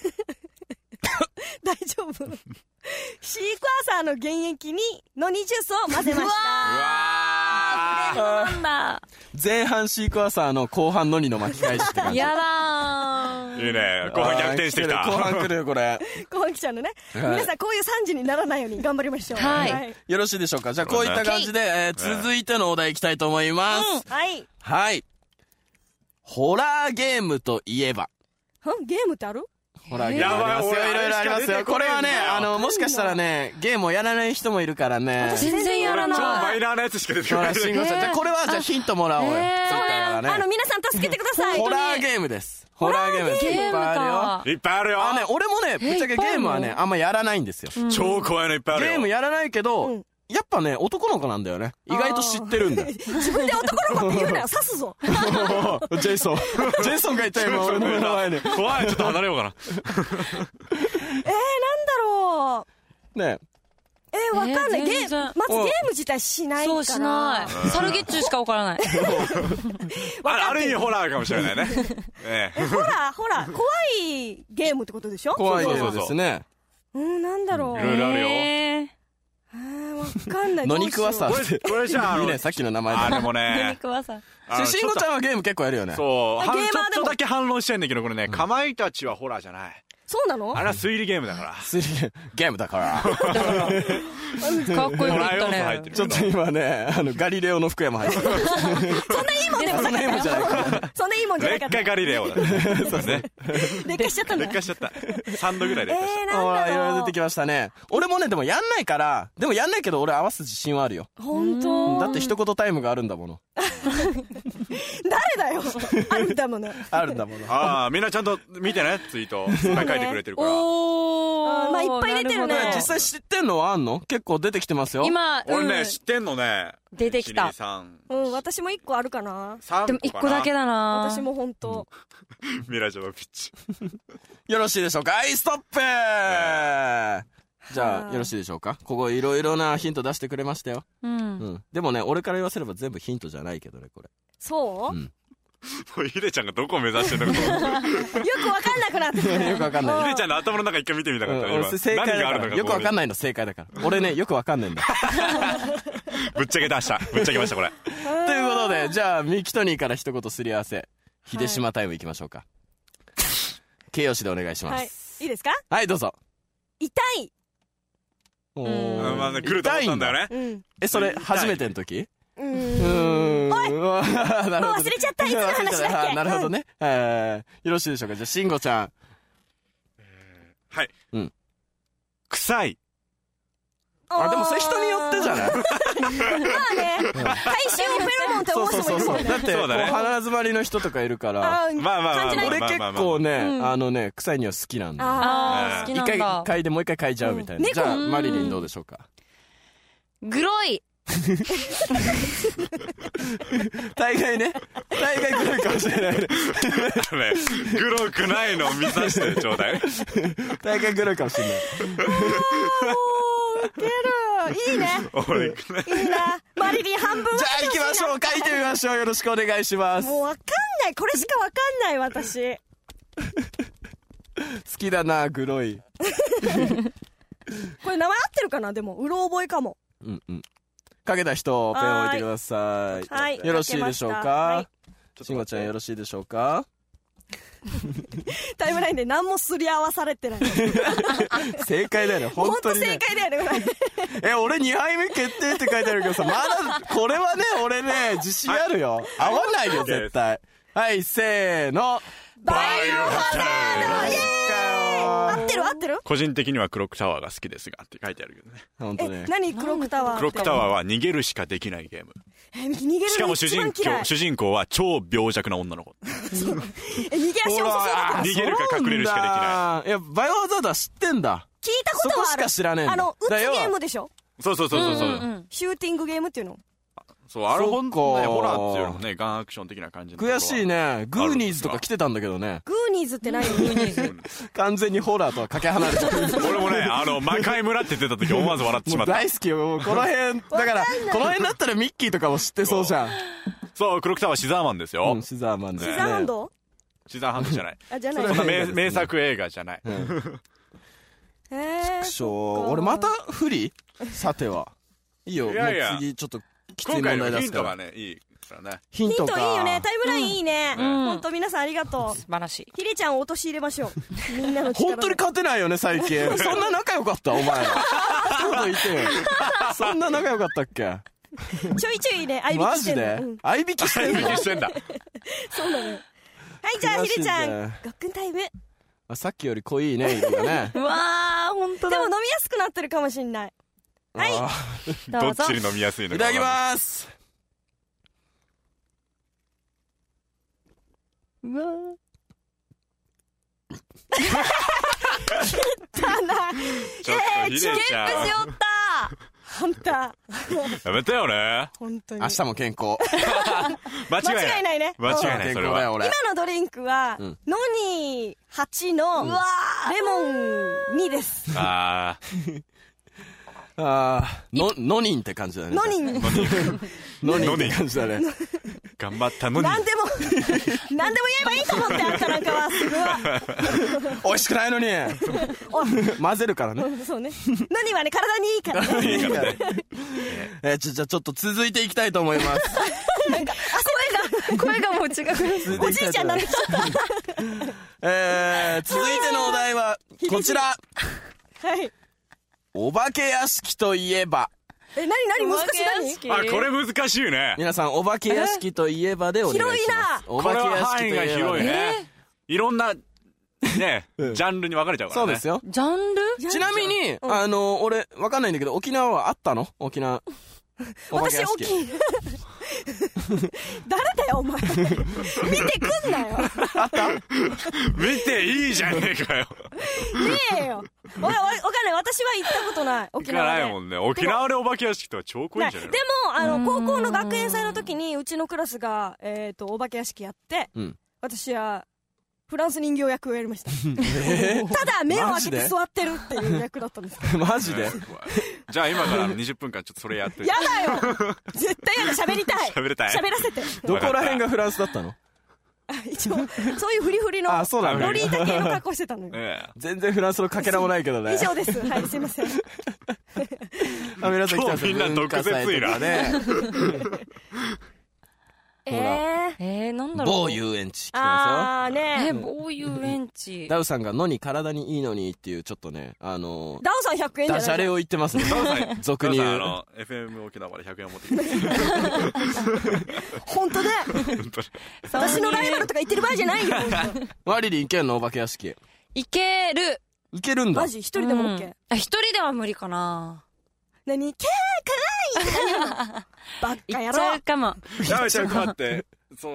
大丈夫。シークワーサーの原液にノニジュースを混ぜました。うわー、なんだ。 前半シークワーサーの後半ノニの巻き返しって感じ。 やだー。 いいね、後半逆転してきた。 後半来るよこれ。 後半来ちゃうのね。皆さんこういう3時にならないように頑張りましょう。 はい。 よろしいでしょうか。じゃあこういった感じで続いてのお題いきたいと思います。はい。ホラーゲームといえば。 ゲームってある？ ホラーゲームありますよ。いろいろありますよ。これはね、もしかしたらね、ゲームをやらない人もいるからね。 私全然やらない。 超マイナーなやつしか出てこない。 じゃあこれはじゃあヒントもらおうよ。そうね。皆さん助けてください。 ホラーゲームです。ホラーゲームです。いっぱいあるよ。 いっぱいあるよ。 俺もね、ぶっちゃけゲームはね、あんまやらないんですよ。 超怖いのいっぱいあるよ。 ゲームやらないけど、やっぱね、男の子なんだよね。意外と知ってるんだよ。 自分で男の子って言うなよ、刺すぞ。 ジェイソンがいた今俺の目の前に。 怖い、ちょっと離れようかな。 なんだろう。 ねわかんない。まずゲーム自体しないから。 そうしない。サルゲッチュしかわからない。 ある意味ホラーかもしれないね。 ホラー、怖いゲームってことでしょ？ 怖いゲームですね。 なんだろう。 いろいろあるよ。 わかんない。 ノニクワサー。 これじゃあ、 いいね、さっきの名前で。 あれもね。 ノニクワサー。 慎吾ちゃんはゲーム結構やるよね。 そう。ちょっとだけ反論したいんだけど、これね、かまいたちはホラーじゃない。 そうなの？ あれは推理ゲームだから。 推理ゲームだから。 かっこよく言ったね。 ちょっと今ね、ガリレオの福山入ってる。 そんないいもんでもなかった。そんないいもんじゃなかった。 劣化ガリレオだね。そうね。 劣化しちゃったんだ。 劣化しちゃった。3度ぐらい劣化しちゃった。 ほら、いろいろ出てきましたね。俺もね、でもやんないから、でもやんないけど俺合わす自信はあるよ。 本当？ だって一言タイムがあるんだもの。 誰だよ。あるんだもの。 あるんだもの。 ああ、みんなちゃんと見てね、ツイート。いっぱい書いてくれてるから。 まあいっぱい出てるね。 実際知ってんのはあんの？結構出てきてますよ。 今、 俺ね、知ってんのね。 出てきた。 私も1個あるかな。 でも1個だけだな。 私も本当。 ミラジョバピッチ。 よろしいでしょうか。はい、ストップ。じゃあよろしいでしょうか。ここいろいろなヒント出してくれましたよ。でもね、俺から言わせれば全部ヒントじゃないけどね、これ。 そう？ もうヒデちゃんがどこを目指してるのかよくわかんなくなってきた。 よくわかんない。 ヒデちゃんの頭の中一回見てみたかった。 俺正解だから。よくわかんないの正解だから。俺ね、よくわかんないんだ。 ぶっちゃけましたこれ。 ということで、じゃあミキトニーから一言すり合わせ、秀島タイムいきましょうか。形容詞でお願いします。 いいですか？ はい、どうぞ。 痛い。 まあ来ると思ったんだよね。 それ初めての時？ おいい。もう忘れちゃった。いつの話だっけ。 なるほどね。よろしいでしょうか。じゃあ慎吾ちゃん。 はい。臭い。 でもそれ人によってじゃない。 まあね、大衆フェロモンって思う人もいるもんね。 だって鼻詰まりの人とかいるから。俺結構ね、臭いには好きなんだ。 好きなんだ。 一回嗅いでもう一回嗅いじゃうみたいな。じゃあマリリンどうでしょうか。 グロい。 大概グロいかもしれないね。 グロくないのを見させてちょうだい。 大概グロいかもしれない。 ウケる。いいね。いいな。マリリン半分。 じゃあ行きましょう。書いてみましょう。よろしくお願いします。 もうわかんない。これしかわかんない私。 好きだな、グロい。 これ名前合ってるかな。でもうろ覚えかも。 かけた人ペンを置いてください。 はい。 よろしいでしょうか。慎吾ちゃんよろしいでしょうか。 タイムラインで何もすり合わされてない。 正解だよね。本当にね。 正解だよね。 俺2杯目決定って書いてあるけどさ、まだこれはね、俺ね自信あるよ。合わないよ絶対。はい、せーの。 バイオハザード。イエーイ。合ってる。 個人的にはクロックタワーが好きですがって書いてあるけどね。 本当ね。 何クロックタワー。 クロックタワーは逃げるしかできないゲーム。 逃げる。 しかも主人公は超病弱な女の子。 逃げ足遅そうだから。 逃げるか隠れるしかできない。 いや、バイオハザードは知ってんだ。 聞いたことはある。 そこしか知らねえんだ。 撃つゲームでしょ。 そう。シューティングゲームっていうの。 そう、あれほんとね、ホラーっていうのもね、ガンアクション的な感じ。 悔しいね。グーニーズとか来てたんだけどね。 グーニーズって何？グーニーズ。 完全にホラーとはかけ離れちゃう。 俺もね、魔界村って出た時思わず笑ってしまった。 大好きよ。この辺、だから、この辺だったらミッキーとかも知ってそうじゃん。 そう、クロックタワーシザーマンですよ。 シザーマンですね。 シザーハンド？ シザーハンドじゃない。 じゃない。 そんな名作映画じゃない。 畜生。俺また不利？さては。いいよ。もう次ちょっときつい問題出すから。 今回のヒントがね、いいからね。 ヒントか。 いいよね。タイムラインいいね。本当皆さんありがとう。 素晴らしい。 ヒデちゃんを落とし入れましょう。みんなの力。 本当に勝てないよね最近。そんな仲良かったお前ら。一言言ってよ。そんな仲良かったっけ？ ちょいちょいね、合いびきしてんの。 マジで？合いびきしてんだ。 そうなのよ。はい、じゃあヒデちゃん、ごっくんタイム。 さっきより濃いね、色がね。 うわー、本当だ。でも飲みやすくなってるかもしんない。はい。 どっちに飲みやすいのか。 いただきます。 うわー。汚い。 ちょっとヒデちゃん。 ゲップしよった。あんた。 やめてよね。 本当に。 明日も健康。 間違いないね。間違いない、それは。 今のドリンクは、ノニー8のレモン2です。 ああ、ノニンって感じだね。 ノニンって感じだね。 頑張ったのに。 何でも言えばいいと思って、あんたなんかはすごい。 美味しくないのに。混ぜるからね。 そうね。ノニはね、体にいいからね。じゃあちょっと続いていきたいと思います。 なんか、声がもう違う。おじいちゃんなんで。続いてのお題は、こちら。 はい。 お化け屋敷といえば。 何難しい何？これ難しいね。 皆さん、お化け屋敷といえばでお願いします。 広いな。 お化け屋敷といえば。 広いね。いろんな、ね、ジャンルに分かれちゃうからね。 そうですよ。 ジャンル？ ちなみに、俺、わかんないんだけど、沖縄はあったの？沖縄。 私、誰だよ、お前。見てくんなよ。 あった？ 見ていいじゃねえかよ。 ねえよ。わかんない。私は行ったことない。沖縄で。 行かないもんね。沖縄でお化け屋敷とは超濃いんじゃないの？でも、高校の学園祭の時に、うちのクラスが、お化け屋敷やって、私は、フランス人形役をやりました。ただ目を開けて座ってるっていう役だったんですけど。 マジで？ じゃあ今から20分間ちょっとそれやって。 やだよ。絶対やだ。喋りたい。 喋らせて。 どこら辺がフランスだったの？ 一応、そういうフリフリの、ロリータ系の格好してたのよ。 全然フランスのかけらもないけどね。 以上です。はい、すいません。 皆さんみんな毒舌いな。 なんだろう。 某遊園地来てますよ。ね某遊園地。 ダウさんがのに体にいいのにっていうちょっとね、ダウさん100円じゃないダジャレを言ってますね。 ダウさん、 俗に言う。 FM 沖縄まで100円持ってきます。 本当ね。私のライバルとか言ってる場合じゃないよ。 マリリン行けんのお化け屋敷。 行ける。 行けるんだ。 マジ一人でも OK。 一人では無理かな。 何キャーかわいいバッカ野郎。 行っちゃうかも。 やめちゃうかって。そう、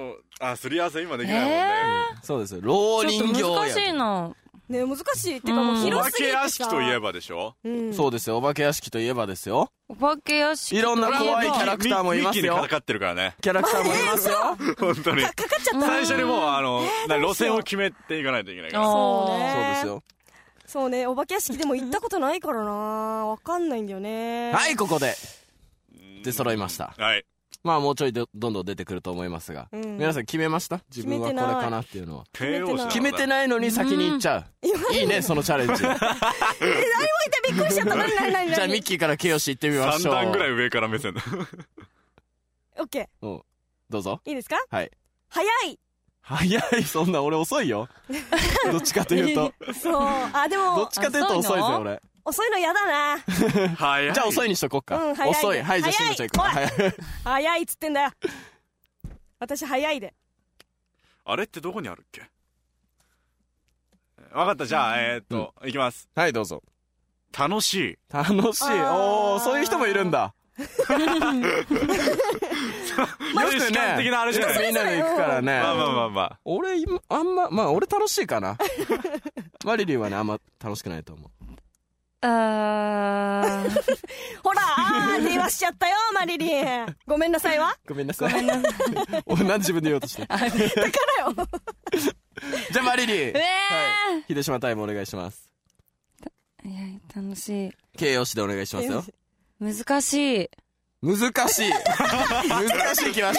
すり合わせ今できないもんね。 そうですよ。老人形や。 難しいな。 ね、難しいっていうかもう広すぎてさ。 お化け屋敷といえばでしょ。 そうですよ。お化け屋敷といえばですよ。 お化け屋敷。 いろんな怖いキャラクターもいますよ。 ミッキーにかかってるからね。 キャラクターもいますよ。 本当に。 かかっちゃった。 最初にもう路線を決めていかないといけないから。 そうね。 そうですよ。 そうね、お化け屋敷でも行ったことないからな。わかんないんだよね。 はい、ここで出揃いました。 はい。 まあもうちょいどんどん出てくると思いますが、皆さん決めました？自分はこれかなっていうのは。決めてないのに先に行っちゃう。いいね、そのチャレンジ。 何も言ってびっくりしちゃった。何じゃあミッキーからケヨシ行ってみましょう。 3段ぐらい上から目線だ。 オッケー。どうぞ。 いいですか？ はい。 早い。 そんな俺遅いよ。どっちかというと。 そう。でも。 どっちかというと遅いぜ、俺。 遅いの嫌だな。 早い。じゃあ遅いにしとこっか。遅い。はい、じゃあしんごちゃん行こう。 早いっつってんだよ。私早いで。 あれってどこにあるっけ？わかった、じゃあ、行きます。 はい、どうぞ。 楽しい。 おー、そういう人もいるんだ。よくね、 的なあれじゃない。 みんなで行くからね。 まあ。 俺、俺楽しいかな。マリリンはね、あんま楽しくないと思う。 ほらって言わしちゃったよ、マリリン。ごめんなさいわ。 ごめんなさい。俺なんで自分で言おうとして。だからよ。じゃあマリリン。秀島タイムお願いします。 いや、楽しい。 形容詞でお願いしますよ。 難しい。 難しい来ました。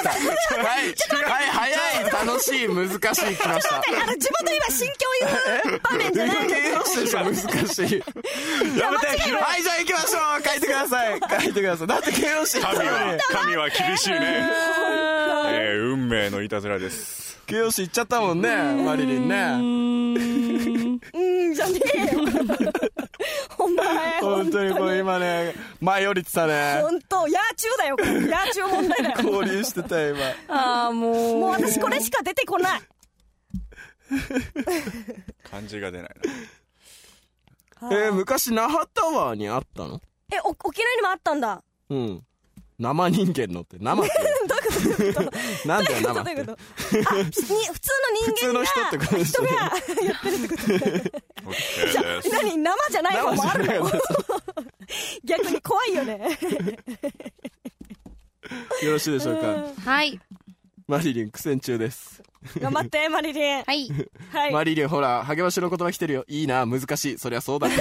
はい、早い、楽しい、難しい来ました。 自分で今心境言う場面じゃないんだけど。 難しい。やめて。はい、じゃあ行きましょう。書いてください。だって形容詞神は厳しいね。運命のいたずらです。 形容詞言っちゃったもんね、マリリンね。 じゃねえよ。お前本当にこれ今ね前降りてたね。 本当野虫だよ、野虫問題だよ。 交流してた今。 もう私これしか出てこない。 漢字が出ないな。昔那覇タワーにあったの？ 沖縄にもあったんだ。 生人間のって生ってどういうこと？ なんだよ生って。 普通の人間が人がやってるってこと。じゃあ何生じゃない方もあるの？逆に怖いよね。 よろしいでしょうか？ はい。 マリリン苦戦中です。 頑張ってマリリン。 はい。 マリリンほら励ましの言葉来てるよ。いいな、難しい。そりゃそうだ。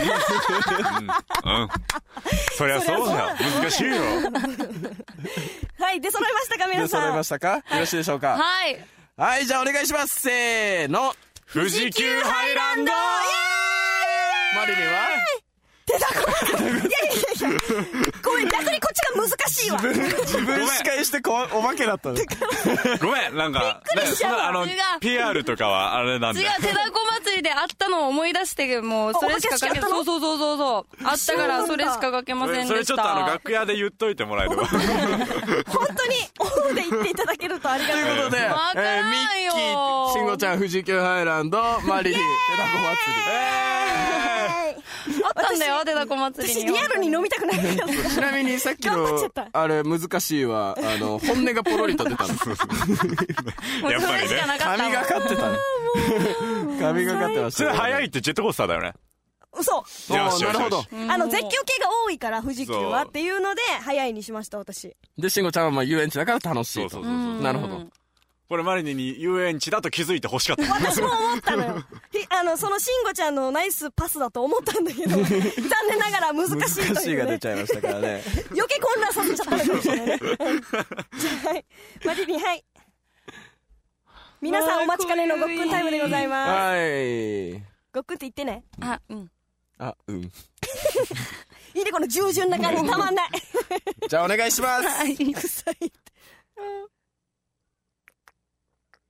そりゃそうだ。難しいよ。 はい、出揃いましたか皆さん？ 出揃いましたか？よろしいでしょうか？ はい。 はい、じゃあお願いします。せーの。 富士急ハイランド。 マリリンは？ 出たこいやごめん、逆にこっちが難しいわ。 自分司会してお化けだったの。 ごめん、なんかPR とかはあれなんで。 違う、手だこ祭りであったのを思い出してもうそれしか書けない。そうあったからそれしか書けませんでした。 それちょっと楽屋で言っといてもらえれば。 本当にオフで言っていただけるとありがたい。 ということでミッキー、しんごちゃん、富士急ハイランド、マリリン、手だこ祭り。 あったんだよ、手だこ祭りに。 私リアルに飲みたくない。 ちなみにさっきのあれ難しいは本音がポロリと出たの。やっぱりね、 神がかってたね。神がかってました。 それ早いってジェットコースターだよね。 そう。 なるほど。 絶叫系が多いから富士急はっていうので早いにしました私。 でしんごちゃんは遊園地だから楽しいと。なるほど。 これマリニに遊園地だと気づいて欲しかった。 私も思ったのよ。そのしんごちゃんのナイスパスだと思ったんだけど、残念ながら難しいというね。 難しいが出ちゃいましたからね。 余計混乱させちゃったのかもしれないね。じゃあはい、マリリン、はい。皆さんお待ちかねのごっくんタイムでございます。 はい。 ごっくんって言ってね。 うん。 いいね、この従順な感じたまんない。 じゃあお願いします。 はい。臭い。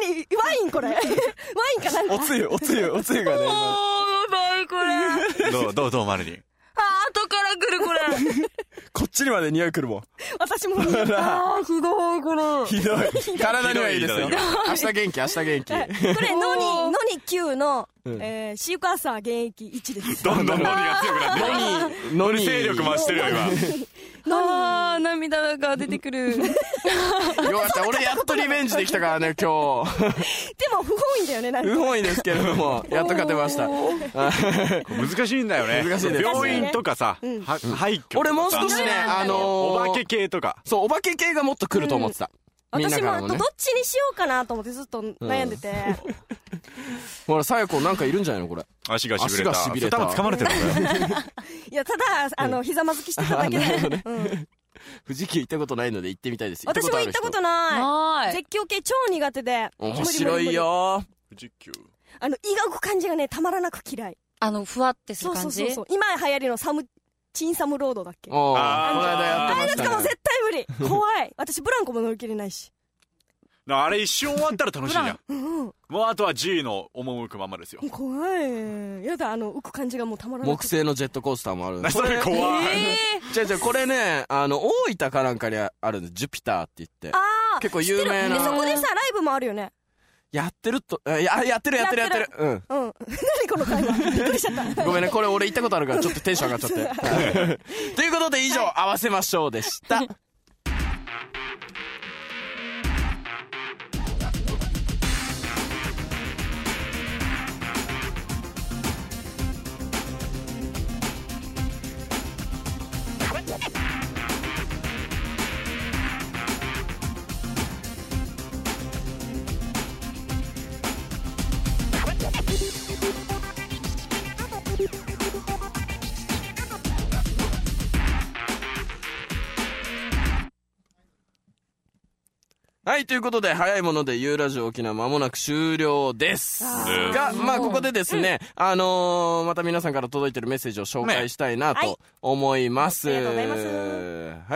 何ワインこれワインかなんかおつゆがね。 やばいこれ。 どうマルニン。 後から来るこれ。 こっちにまで匂い来るもん。 私も匂い。 ひどいこれ。 ひどい。体にはいいですよ。明日元気。 これノニ9のシークワーサー現役1です。 どんどんノニが強くなってる。ノニ勢力増してるよ今。涙が出てくる。 よかった、俺やっとリベンジできたからね今日。 でも不本意だよね、なんか不本意ですけれどもやっと勝てました。 難しいんだよね。 難しいです。 病院とかさ、廃墟とか、 俺もう少しね、 お化け系とか、 そうお化け系がもっと来ると思ってた。 私もどっちにしようかなと思ってずっと悩んでて、 ほらさやこなんかいるんじゃないのこれ。 足がしびれた。それ多分掴まれてるんだよ。 いやただひざまずきしてただけで。 富士急行ったことないので行ってみたいです。 私も行ったことない。絶叫系超苦手で。 面白いよ。 富士急。 胃が動く感じがねたまらなく嫌い。 ふわってする感じ。 そう今流行りのチンサムロードだっけ。 この間やってましたね。 あれとかも絶対無理。怖い。私ブランコも乗り切れないし。 あれ一瞬終わったら楽しいじゃん。もうあとは G の赴くままですよ。 怖い。やだ、浮く感じがもうたまらない。 木製のジェットコースターもある。 それ怖い。 じゃこれね、大分かなんかにあるんです。ジュピターって言って。結構有名な。 でそこでさライブもあるよね。 やってる。やってる。うん。 何この会話。びっくりしちゃった。 ごめんね、これ俺行ったことあるからちょっとテンション上がっちゃって。ということで以上、合わせましょうでした。はい、ということで早いものでユーラジオ沖縄間もなく終了ですが、ここでですね、また皆さんから届いてるメッセージを紹介したいなと思います。 ありがとうございます。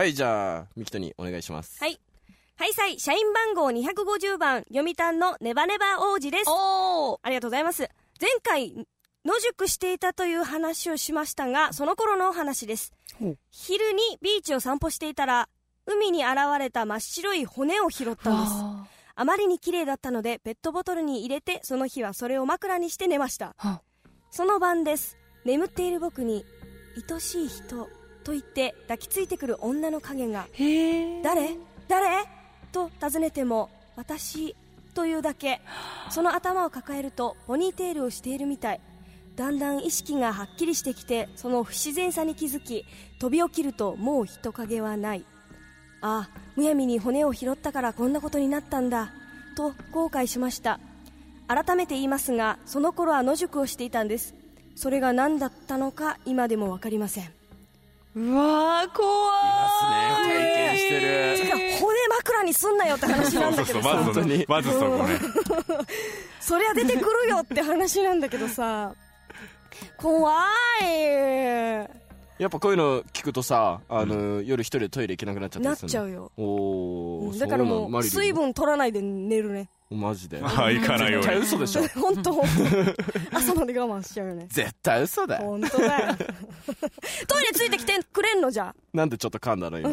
はい、じゃあミキトにお願いします。 はい、社員番号250番読谷のネバネバ王子です。ありがとうございます。前回野宿していたという話をしましたが、その頃の話です。昼にビーチを散歩していたら海に現れた真っ白い骨を拾ったんです。あまりに綺麗だったのでペットボトルに入れて、その日はそれを枕にして寝ました。その晩です。眠っている僕に愛しい人と言って抱きついてくる女の影が、誰と尋ねても私というだけ。その頭を抱えるとポニーテールをしているみたい。だんだん意識がはっきりしてきて、その不自然さに気づき、飛び起きるともう人影はない。むやみに骨を拾ったからこんなことになったんだと後悔しました。改めて言いますが、その頃は野宿をしていたんです。それが何だったのか今でも分かりません。 うわー、怖い。いますね、体験してる。 骨枕にすんなよって話なんだけどさ。 まずそこね。 そりゃ出てくるよって話なんだけどさ、怖い。 やっぱこういうの聞くとさ、夜一人でトイレ行けなくなっちゃったりするの。 なっちゃうよ。 だからもう水分取らないで寝るね。 マジで。 行かないように。 絶対嘘でしょ。 本当。朝まで我慢しちゃうよね。 絶対嘘だよ。 本当だよ。トイレついてきてくれんのじゃ。 なんでちょっと噛んだの今。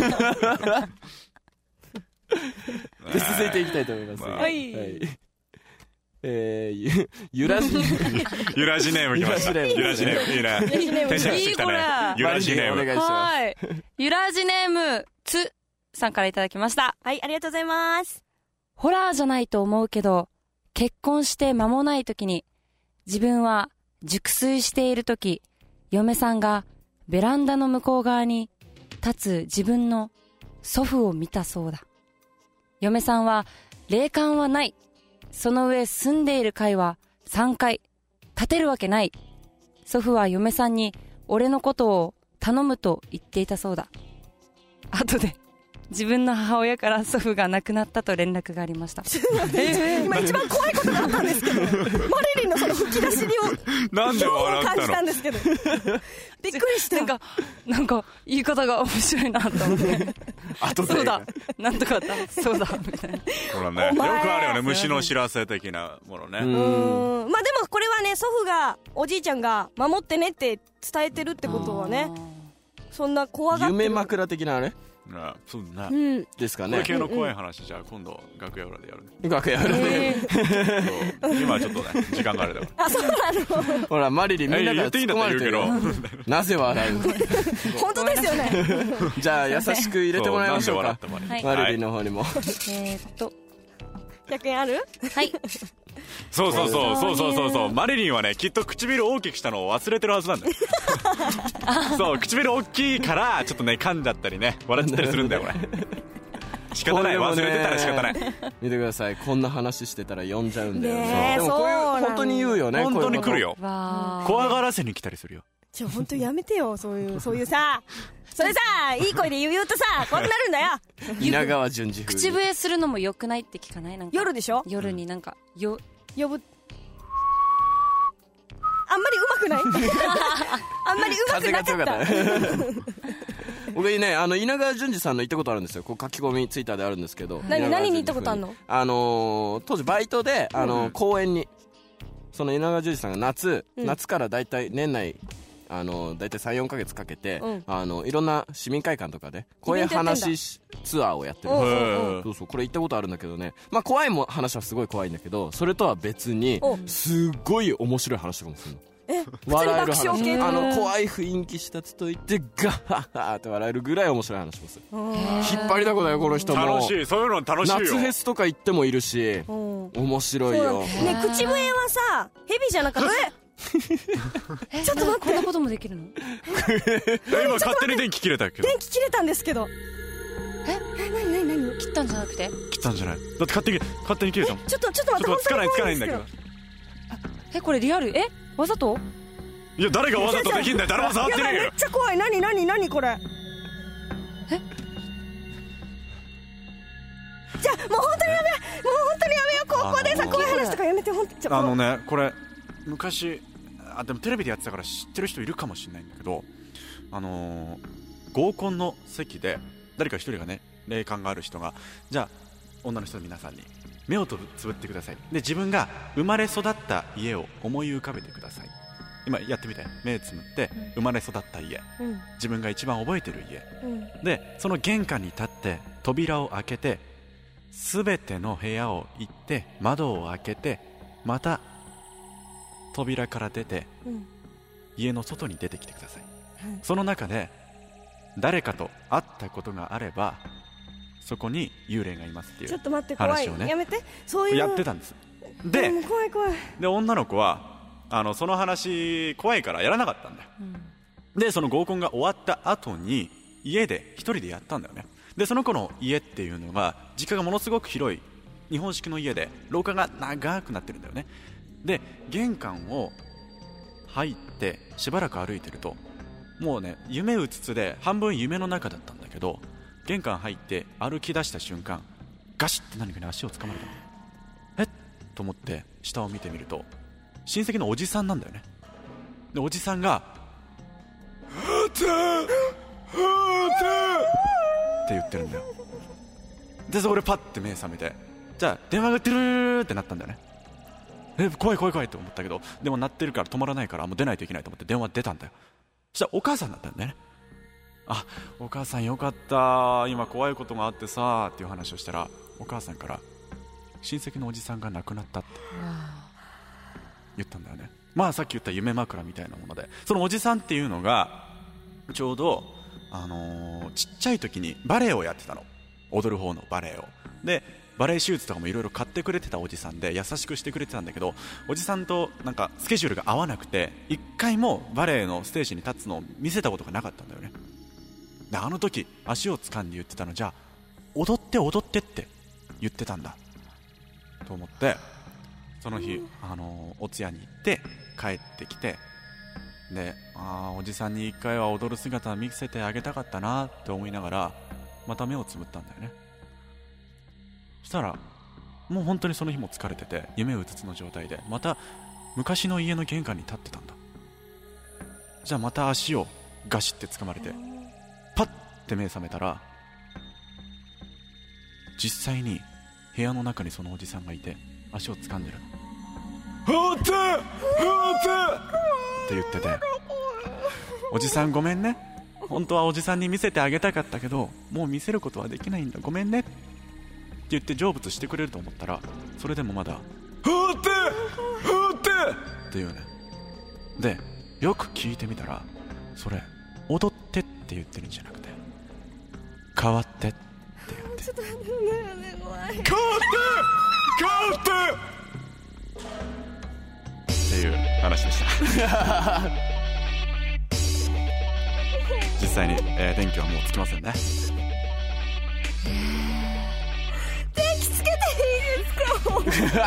で続いていきたいと思います。はい。ゆらじネーム来ました。ゆらじネームいいね。テンションしてきたね。ゆらじネームお願いします。 ゆらじネームつさんからいただきました。 はい、ありがとうございます。 ホラーじゃないと思うけど、結婚して間もない時に、自分は熟睡している時、嫁さんがベランダの向こう側に立つ自分の祖父を見たそうだ。嫁さんは霊感はない。その上住んでいる階は3階。建てるわけない。祖父は嫁さんに俺のことを頼むと言っていたそうだ。後で自分の母親から祖父が亡くなったと連絡がありました。 今一番怖いことがあったんですけど、マリリンのその吹き出しをなんで笑ったの？ 感じたんですけどびっくりした。 なんか言い方が面白いなと思ってそうだなんとかだそうだみたいな。 ほらね、よくあるよね、虫の知らせ的なものね。 まあでもこれはね、祖父がおじいちゃんが守ってねって伝えてるってことはね、そんな怖がってる夢枕的なあれそうね、 ですかね。 これ系の怖い話、じゃあ今度楽屋裏でやるね。 楽屋裏で今ちょっとね時間があれだからそうなの。 ほらマリリンみんなから突っ込まれてるよ。なぜ笑う本当ですよね。 じゃあ優しく入れてもらいましょうか、マリリンの方にも。 100円ある？ はい。 そうマリリンはね、きっと唇大きくしたのを忘れてるはずなんだよそう、唇大きいからちょっとね噛んじゃったりね笑っちゃったりするんだよこれ仕方ない、忘れてたら仕方ない。 見てください、こんな話してたら呼んじゃうんだよね。 でもこういう本当に言うよね。 本当に来るよ、怖がらせに来たりするよ。 本当やめてよ、そういうさ、それさ、いい声で言うとさ、こうなるんだよ。 稲川淳二風。 口笛するのも良くないって聞かない？なんか夜でしょ？ 夜になんか呼ぶ。 あんまり上手くないあんまり上手くなっちゃった僕ね、稲川淳二さんの行ったことあるんですよ。こう書き込みツイッターであるんですけど。 何に行ったことあるの？ 当時バイトで公園に、その稲川淳二さんが夏からだいたい年内だいたい 3,4 ヶ月かけて、いろんな市民会館とかでこういう話ツアーをやってるんですよ。そうこれ行ったことあるんだけどね、まあ怖い話はすごい怖いんだけど、それとは別にすごい面白い話とかもするの。笑える話、怖い雰囲気したつといってガハハって笑えるぐらい面白い話もする。引っ張りだこだよこの人も。 楽しい、そういうの楽しいよ。 夏フェスとか行ってもいるし面白いよね。 口笛はさ、ヘビじゃなかったちょっと待って、 こんなこともできるの？ 今勝手に電気切れたけど。 電気切れたんですけど。 何切ったんじゃなくて？ 切ったんじゃない。だって勝手に切れたもん。 ちょっと待って、 つかないんだけど。 これリアル？わざと？ いや、誰がわざとできんだよ。誰も触ってねえよ。 めっちゃ怖い。何これ。じゃあもう本当にやめよう。ここでさ、怖い話とかやめて。 これ昔でもテレビでやってたから知ってる人いるかもしれないんだけど、合コンの席で誰か一人がね、霊感がある人が、じゃあ女の人の皆さんに目をつぶってください。で、自分が生まれ育った家を思い浮かべてください。今やってみて。目つむって生まれ育った家、自分が一番覚えてる家、でその玄関に立って扉を開けて、全ての部屋を行って窓を開けて、また扉から出て、家の外に出てきてください。その中で誰かと会ったことがあればそこに幽霊がいますっていう話をね。 ちょっと待って、怖い。やめて。そういうやってたんです。で、 怖い。 で、女の子はその話怖いからやらなかったんだよ、で、その合コンが終わった後に家で一人でやったんだよね。で、その子の家っていうのが実家がものすごく広い日本式の家で、廊下が長くなってるんだよね。で、玄関を入ってしばらく歩いてると、もうね、夢うつつで半分夢の中だったんだけど、玄関入って歩き出した瞬間、ガシッて何かに足をつかまれたんだよ。と思って下を見てみると親戚のおじさんなんだよね。で、おじさんがって言ってるんだよ。で、そこでパッて目覚めて、じゃあ電話が出るってなったんだよね。怖いって思ったけど、でも鳴ってるから止まらないからもう出ないといけないと思って電話出たんだよ。そしたらお母さんだったんだよね。あ、お母さんよかった、今怖いことがあってさっていう話をしたら、お母さんから親戚のおじさんが亡くなったって言ったんだよね。まあさっき言った夢枕みたいなもので、そのおじさんっていうのがちょうどちっちゃい時にバレエをやってたの。踊る方のバレエを。で、バレエシューズとかもいろいろ買ってくれてたおじさんで、優しくしてくれてたんだけど、おじさんとなんかスケジュールが合わなくて一回もバレエのステージに立つのを見せたことがなかったんだよね。で、あの時足を掴んで言ってたの、じゃあ踊ってって言ってたんだと思って、その日お通夜に行って帰ってきて、で、おじさんに一回は踊る姿見せてあげたかったなって思いながらまた目をつぶったんだよね。そしたらもう本当にその日も疲れてて夢うつつの状態で、また昔の家の玄関に立ってたんだ。じゃあまた足をガシって掴まれてパッて目覚めたら、実際に部屋の中にそのおじさんがいて足を掴んでるの。はーてはーてって言ってて、おじさんごめんね、本当はおじさんに見せてあげたかったけどもう見せることはできないんだ、ごめんねって言って成仏してくれると思ったら、それでもまだはーてはーてって言うね。でよく聞いてみたら、それ踊ってって言ってるんじゃなくて変わってって言って、 ちょっと待ってね、怖い。 変わって変わってっていう話でした実際に、電気はもうつきませんね。 電気つけていいですか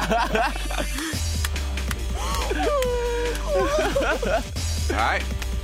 はい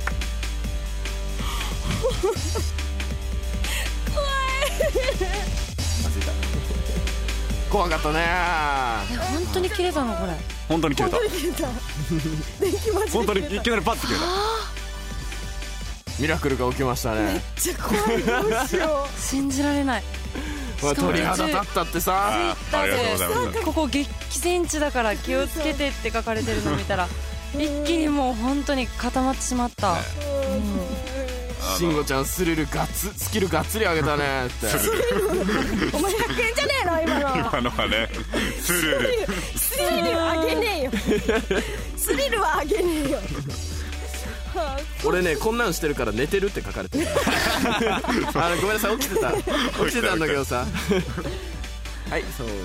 怖かったね。 本当に切れたのこれ。 本当に切れた。 電気マジで本当にいきなりパッて切れた。 ミラクルが起きましたね。 めっちゃ怖い、どうしよう。 信じられない。 鳥肌立ったってさ。 ありがとうございます。 ここ激戦地だから気をつけてって書かれてるの見たら一気にもう本当に固まってしまった、 慎吾ちゃんスキルがっつり上げたねってお前100円じゃねえの今の。 今のはね、スリルあげねえよスリルはあげねえよ俺ね、こんなんしてるから寝てるって書かれてるごめんなさい、起きてたんだけどさはい、そうで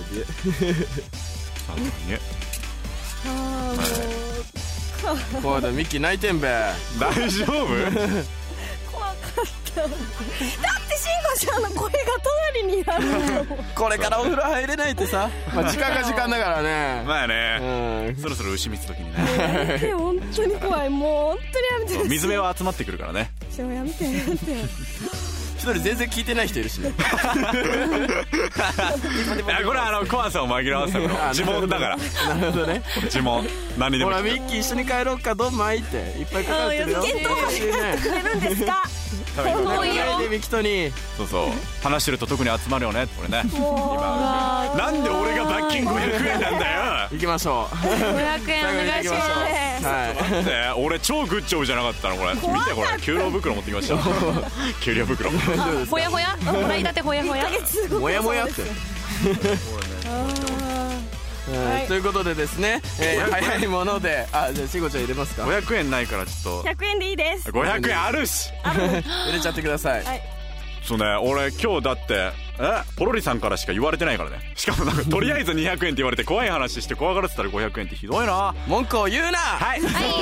怖いだ、ミッキー泣いてんべ。 大丈夫？ 怖かっただって慎吾ちゃんの声が隣にあるのこれからお風呂入れないってさ、まあ、時間が時間だからね。 まあね、そろそろ牛蜜時にね本当に怖い、もう本当にやめて。 水辺は集まってくるからね。 やめて一人全然聞いてない人いるしねいや、これは怖さを紛らわせたの呪文だから。 なるほどね、 呪文何にでも。 ほらミッキー一緒に帰ろうか、ドンマイっていっぱい書かれてるよ。 検討させてくれるんですか。 お願いでミキトに。 そうそう、話してると特に集まるよねこれね。今なんで俺が罰金500円なんだよ。 行きましょう 500円お願いします。 はい、 俺超グッジョブじゃなかったのこれ。見てこれ、給料袋持ってきました給料袋。 ほやほやもらいたてほやほやもやもやってということでですね、早いもので、じゃあ慎吾ちゃん入れますか。 500円ないからちょっと 100円でいいです。 500円あるし入れちゃってください。 はい、 そうね、俺今日だってポロリさんからしか言われてないからね。しかもなんかとりあえず200円って言われて怖い話して怖がらせたら500円ってひどいな。 文句を言うな。 はい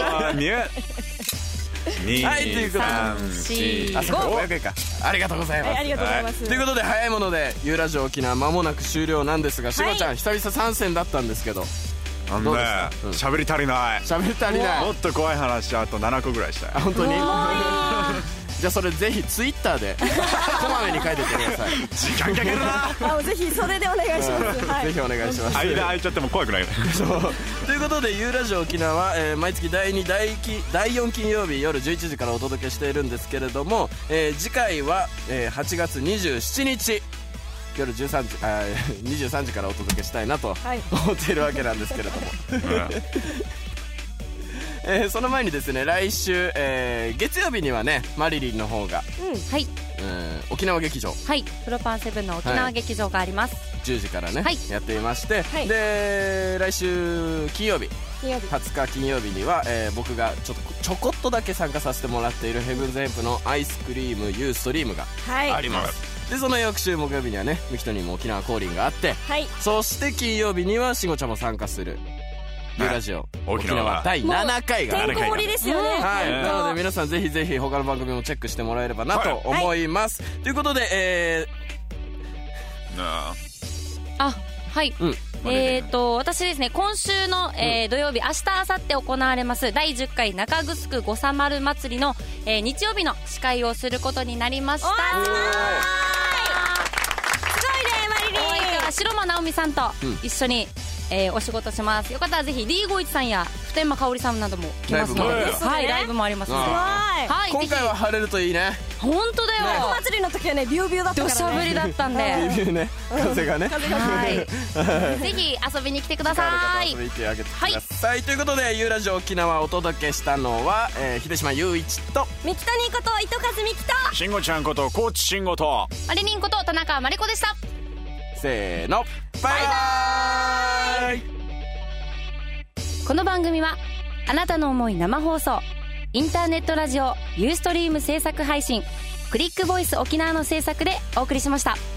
はい、ということで500円か。ありがとうございます。 ありがとうございます。 ということで早いものでユーラジオ沖縄間もなく終了なんですが、しごちゃん久々参戦だったんですけど、 なんで喋り足りない。 喋り足りない。 もっと怖い話あと7個ぐらいしたい。 本当にじゃあそれぜひツイッターでこまめに書いてってください。 時間かけるなぜひそれでお願いします、 ぜひお願いします。 間空いちゃっても怖くないそうということでユーラジオ沖縄は、毎月第2、第4金曜日夜11時からお届けしているんですけれども、次回は、8月27日夜23時からお届けしたいなと思っているわけなんですけれども、その前にですね、来週、月曜日にはねマリリンの方が、 はい、 沖縄劇場、 はい、プロパンセブンの沖縄劇場があります、 10時からね、 はい、 やっていまして、 はい、 で来週金曜日20日金曜日には、僕がちょこっとだけ参加させてもらっているヘブンズヘンプのアイスクリームユーストリームがあります、でその翌週木曜日にはねミキトにも沖縄降臨があって、 はい、 そして金曜日にはしごちゃんも参加するユーラジオ沖縄第7回がてんこ盛りですよね。 はい、なので皆さんぜひぜひ他の番組もチェックしてもらえればなと思います、ということではい、私ですね、今週の、土曜日、明日明後日行われます第10回中城五三丸祭りの、日曜日の司会をすることになりました。すごいねマリリン。 白間直美さんと一緒にお仕事します。よかったらぜひ D51 さんや普天間香織さんなども来ますので、はい、ライブもありますので、 はい、今回は晴れるといいね。 本当だよ。 お祭りの時はねビュービューだったからね。 土砂降りだったんで。 ビュービューね、風がね。 はい。ぜひ遊びに来てください。 遊びに来てあげてください。ということでゆうラジオ沖縄をお届けしたのは秀島雄一と三木谷こと糸数美希と慎吾ちゃんこと高知慎吾とマリリンこと田中真理子でした。 せーの、バイバイ。 この番組はあなたの思い生放送、インターネットラジオユーストリーム制作配信、クリックボイス沖縄の制作でお送りしました。